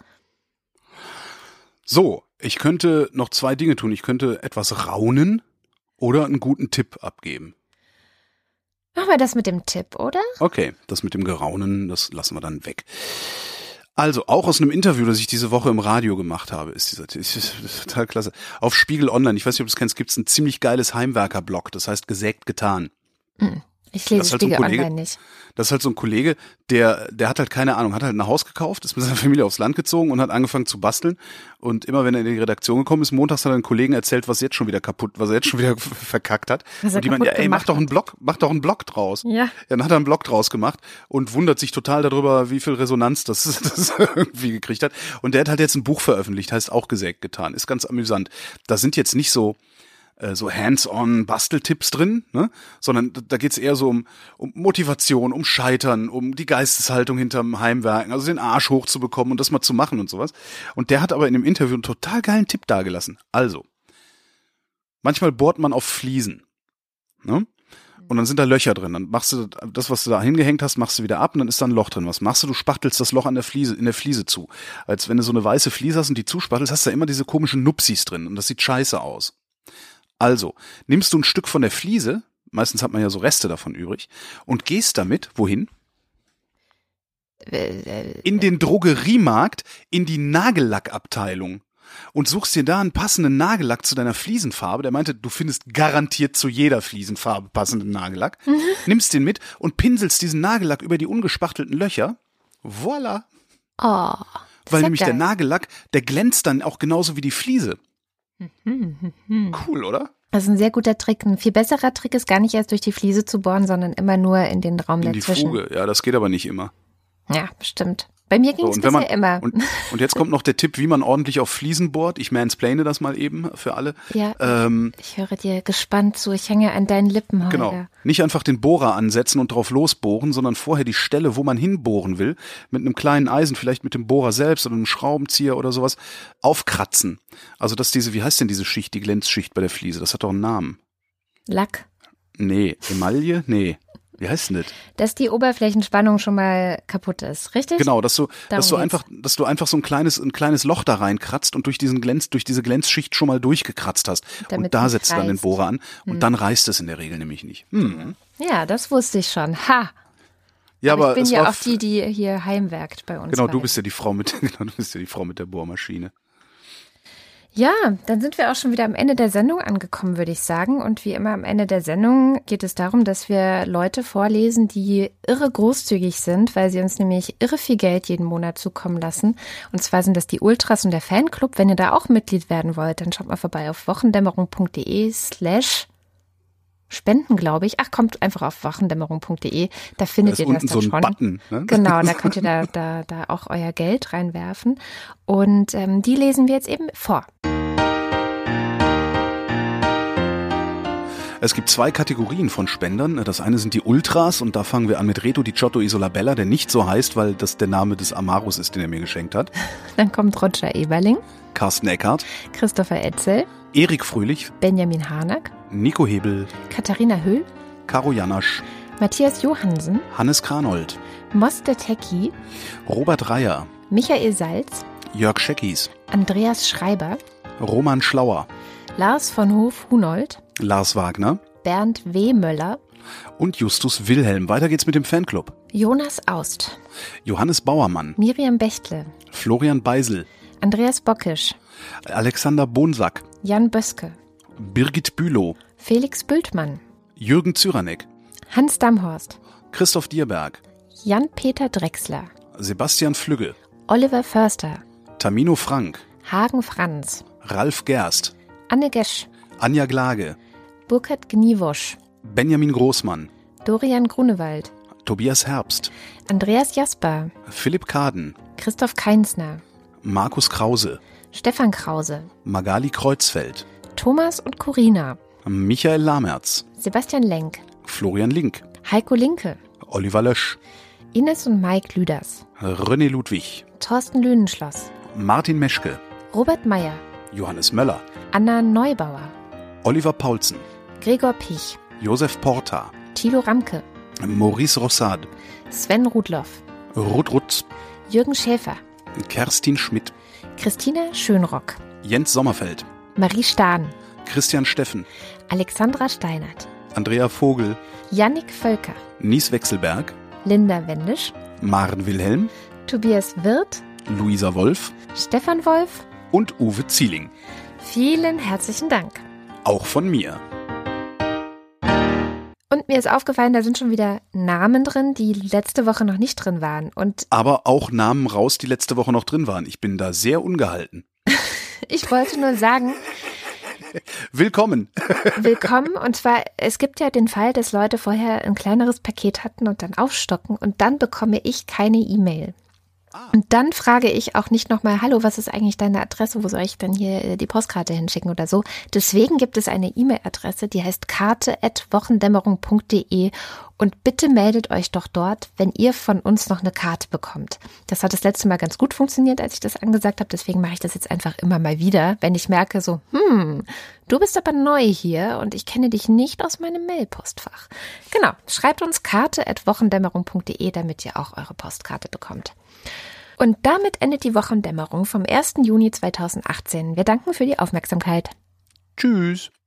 So, ich könnte noch zwei Dinge tun. Ich könnte etwas raunen oder einen guten Tipp abgeben. Machen wir das mit dem Tipp, oder? Okay, das mit dem Geraunen, das lassen wir dann weg. Also, auch aus einem Interview, das ich diese Woche im Radio gemacht habe, ist dieser ist, ist total klasse. Auf Spiegel Online, ich weiß nicht, ob du es kennst, gibt es ein ziemlich geiles Heimwerker-Blog, das heißt Gesägt getan. Mhm. Ich lese halt Spiegel so Kollege, Online nicht. Das ist halt so ein Kollege, der der hat halt keine Ahnung, hat halt ein Haus gekauft, ist mit seiner Familie aufs Land gezogen und hat angefangen zu basteln. Und immer wenn er in die Redaktion gekommen ist, montags hat er einen Kollegen erzählt, was jetzt schon wieder kaputt, was er jetzt schon wieder verkackt hat. Was und die meinen, ja, ey, mach doch einen Blog, mach doch einen Blog draus. Ja. Dann hat er einen Blog draus gemacht und wundert sich total darüber, wie viel Resonanz das, das irgendwie gekriegt hat. Und der hat halt jetzt ein Buch veröffentlicht, heißt auch Gesägt getan. Ist ganz amüsant. Da sind jetzt nicht so so hands-on Basteltipps drin, ne? Sondern da geht's eher so um, um Motivation, um Scheitern, um die Geisteshaltung hinterm Heimwerken, also den Arsch hochzubekommen und das mal zu machen und sowas. Und der hat aber in dem Interview einen total geilen Tipp dagelassen. Also, manchmal bohrt man auf Fliesen, ne? Und dann sind da Löcher drin. Dann machst du das, was du da hingehängt hast, machst du wieder ab und dann ist da ein Loch drin. Was machst du? Du spachtelst das Loch an der Fliese, in der Fliese zu. Als wenn du so eine weiße Fliese hast und die zuspachtelst, hast du da immer diese komischen Nupsis drin und das sieht scheiße aus. Also, nimmst du ein Stück von der Fliese, meistens hat man ja so Reste davon übrig, und gehst damit, wohin? In den Drogeriemarkt, in die Nagellackabteilung und suchst dir da einen passenden Nagellack zu deiner Fliesenfarbe. Der meinte, du findest garantiert zu jeder Fliesenfarbe passenden Nagellack. Mhm. Nimmst den mit und pinselst diesen Nagellack über die ungespachtelten Löcher. Voilà. Oh, Weil nämlich geil. Der Nagellack, der glänzt dann auch genauso wie die Fliese. Cool, oder? Das ist ein sehr guter Trick. Ein viel besserer Trick ist gar nicht erst durch die Fliese zu bohren, sondern immer nur in den Raum in dazwischen. In die Fuge, ja, das geht aber nicht immer. Ja, stimmt. Bei mir ging es so, bisher man, immer. Und, und jetzt kommt noch der Tipp, wie man ordentlich auf Fliesen bohrt. Ich mansplaine das mal eben für alle. Ja, ähm, ich höre dir gespannt zu. Ich hänge an deinen Lippen heute. Genau. Nicht einfach den Bohrer ansetzen und drauf losbohren, sondern vorher die Stelle, wo man hinbohren will, mit einem kleinen Eisen, vielleicht mit dem Bohrer selbst oder einem Schraubenzieher oder sowas, aufkratzen. Also dass diese, wie heißt denn diese Schicht, die Glänzschicht bei der Fliese? Das hat doch einen Namen. Lack? Nee. Emaille? Nee. Wie heißt denn das? Dass die Oberflächenspannung schon mal kaputt ist, richtig? Genau, dass du, Darum dass du geht's. einfach, dass du einfach so ein kleines, ein kleines Loch da reinkratzt und durch diesen Glänz, durch diese Glänzschicht schon mal durchgekratzt hast. Damit und da es setzt du dann den reißt. Bohrer an und Hm. dann reißt es in der Regel nämlich nicht. Hm. Ja, das wusste ich schon. Ha! Ja, aber, aber ich bin es ja war auch die, die hier heimwerkt bei uns. Genau, du beiden. bist ja die Frau mit, genau, du bist ja die Frau mit der Bohrmaschine. Ja, dann sind wir auch schon wieder am Ende der Sendung angekommen, würde ich sagen. Und wie immer am Ende der Sendung geht es darum, dass wir Leute vorlesen, die irre großzügig sind, weil sie uns nämlich irre viel Geld jeden Monat zukommen lassen. Und zwar sind das die Ultras und der Fanclub. Wenn ihr da auch Mitglied werden wollt, dann schaut mal vorbei auf wochendämmerung.de slash Spenden, glaube ich. Ach, kommt einfach auf wochendämmerung.de. Da findet Da ist ihr das unten dann so ein schon. Button, ne? Genau, da könnt ihr da, da, da auch euer Geld reinwerfen. Und ähm, die lesen wir jetzt eben vor. Es gibt zwei Kategorien von Spendern. Das eine sind die Ultras und da fangen wir an mit Reto Di Ciotto Isolabella, der nicht so heißt, weil das der Name des Amarus ist, den er mir geschenkt hat. Dann kommt Roger Eberling, Carsten Eckhardt, Christopher Etzel, Erik Fröhlich, Benjamin Harnack, Nico Hebel, Katharina Höhl, Karo Janasch, Matthias Johansen, Hannes Kranold, Moste Tecki, Robert Reyer, Michael Salz, Jörg Scheckis, Andreas Schreiber, Roman Schlauer, Lars von Hof-Hunold, Lars Wagner Bernd W. Möller, und Justus Wilhelm. Weiter geht's mit dem Fanclub. Jonas Aust, Johannes Bauermann, Miriam Bechtle, Florian Beisel, Andreas Bockisch, Alexander Bonsack, Jan Böske, Birgit Bülow, Felix Bültmann, Jürgen Zyranek, Hans Damhorst, Christoph Dierberg, Jan-Peter Drechsler, Sebastian Flügge, Oliver Förster, Tamino Frank, Hagen Franz, Ralf Gerst, Anne Gesch, Anja Glage, Burkhard Gniewosch, Benjamin Großmann, Dorian Grunewald, Tobias Herbst, Andreas Jasper, Philipp Kaden, Christoph Keinsner, Markus Krause, Stefan Krause, Magali Kreuzfeld, Thomas und Corina, Michael Lamerz, Sebastian Lenk, Florian Link, Heiko Linke, Oliver Lösch, Ines und Mike Lüders, René Ludwig, Thorsten Lühnenschloss, Martin Meschke, Robert Meyer, Johannes Möller, Anna Neubauer, Oliver Paulsen, Gregor Pich, Josef Porta, Thilo Ramke, Maurice Rossard, Sven Rudloff, Ruth Rutz, Jürgen Schäfer, Kerstin Schmidt, Christina Schönrock, Jens Sommerfeld, Marie Stahn, Christian Steffen, Alexandra Steinert, Andrea Vogel, Jannik Völker, Nies Wechselberg, Linda Wendisch, Maren Wilhelm, Tobias Wirth, Luisa Wolf Stefan Wolf. und Uwe Zieling. Vielen herzlichen Dank. Auch von mir. Und mir ist aufgefallen, da sind schon wieder Namen drin, die letzte Woche noch nicht drin waren. Und Aber auch Namen raus, die letzte Woche noch drin waren. Ich bin da sehr ungehalten. ich wollte nur sagen, Willkommen. willkommen. Und zwar, es gibt ja den Fall, dass Leute vorher ein kleineres Paket hatten und dann aufstocken und dann bekomme ich keine E-Mail. Und dann frage ich auch nicht nochmal, hallo, was ist eigentlich deine Adresse, wo soll ich denn hier die Postkarte hinschicken oder so. Deswegen gibt es eine E-Mail-Adresse, die heißt karte at wochendämmerung punkt de und bitte meldet euch doch dort, wenn ihr von uns noch eine Karte bekommt. Das hat das letzte Mal ganz gut funktioniert, als ich das angesagt habe, deswegen mache ich das jetzt einfach immer mal wieder, wenn ich merke so, hm, du bist aber neu hier und ich kenne dich nicht aus meinem Mail-Postfach. Genau, schreibt uns karte at wochendämmerung punkt de, damit ihr auch eure Postkarte bekommt. Und damit endet die Wochendämmerung vom ersten Juni zweitausendachtzehn. Wir danken für die Aufmerksamkeit. Tschüss.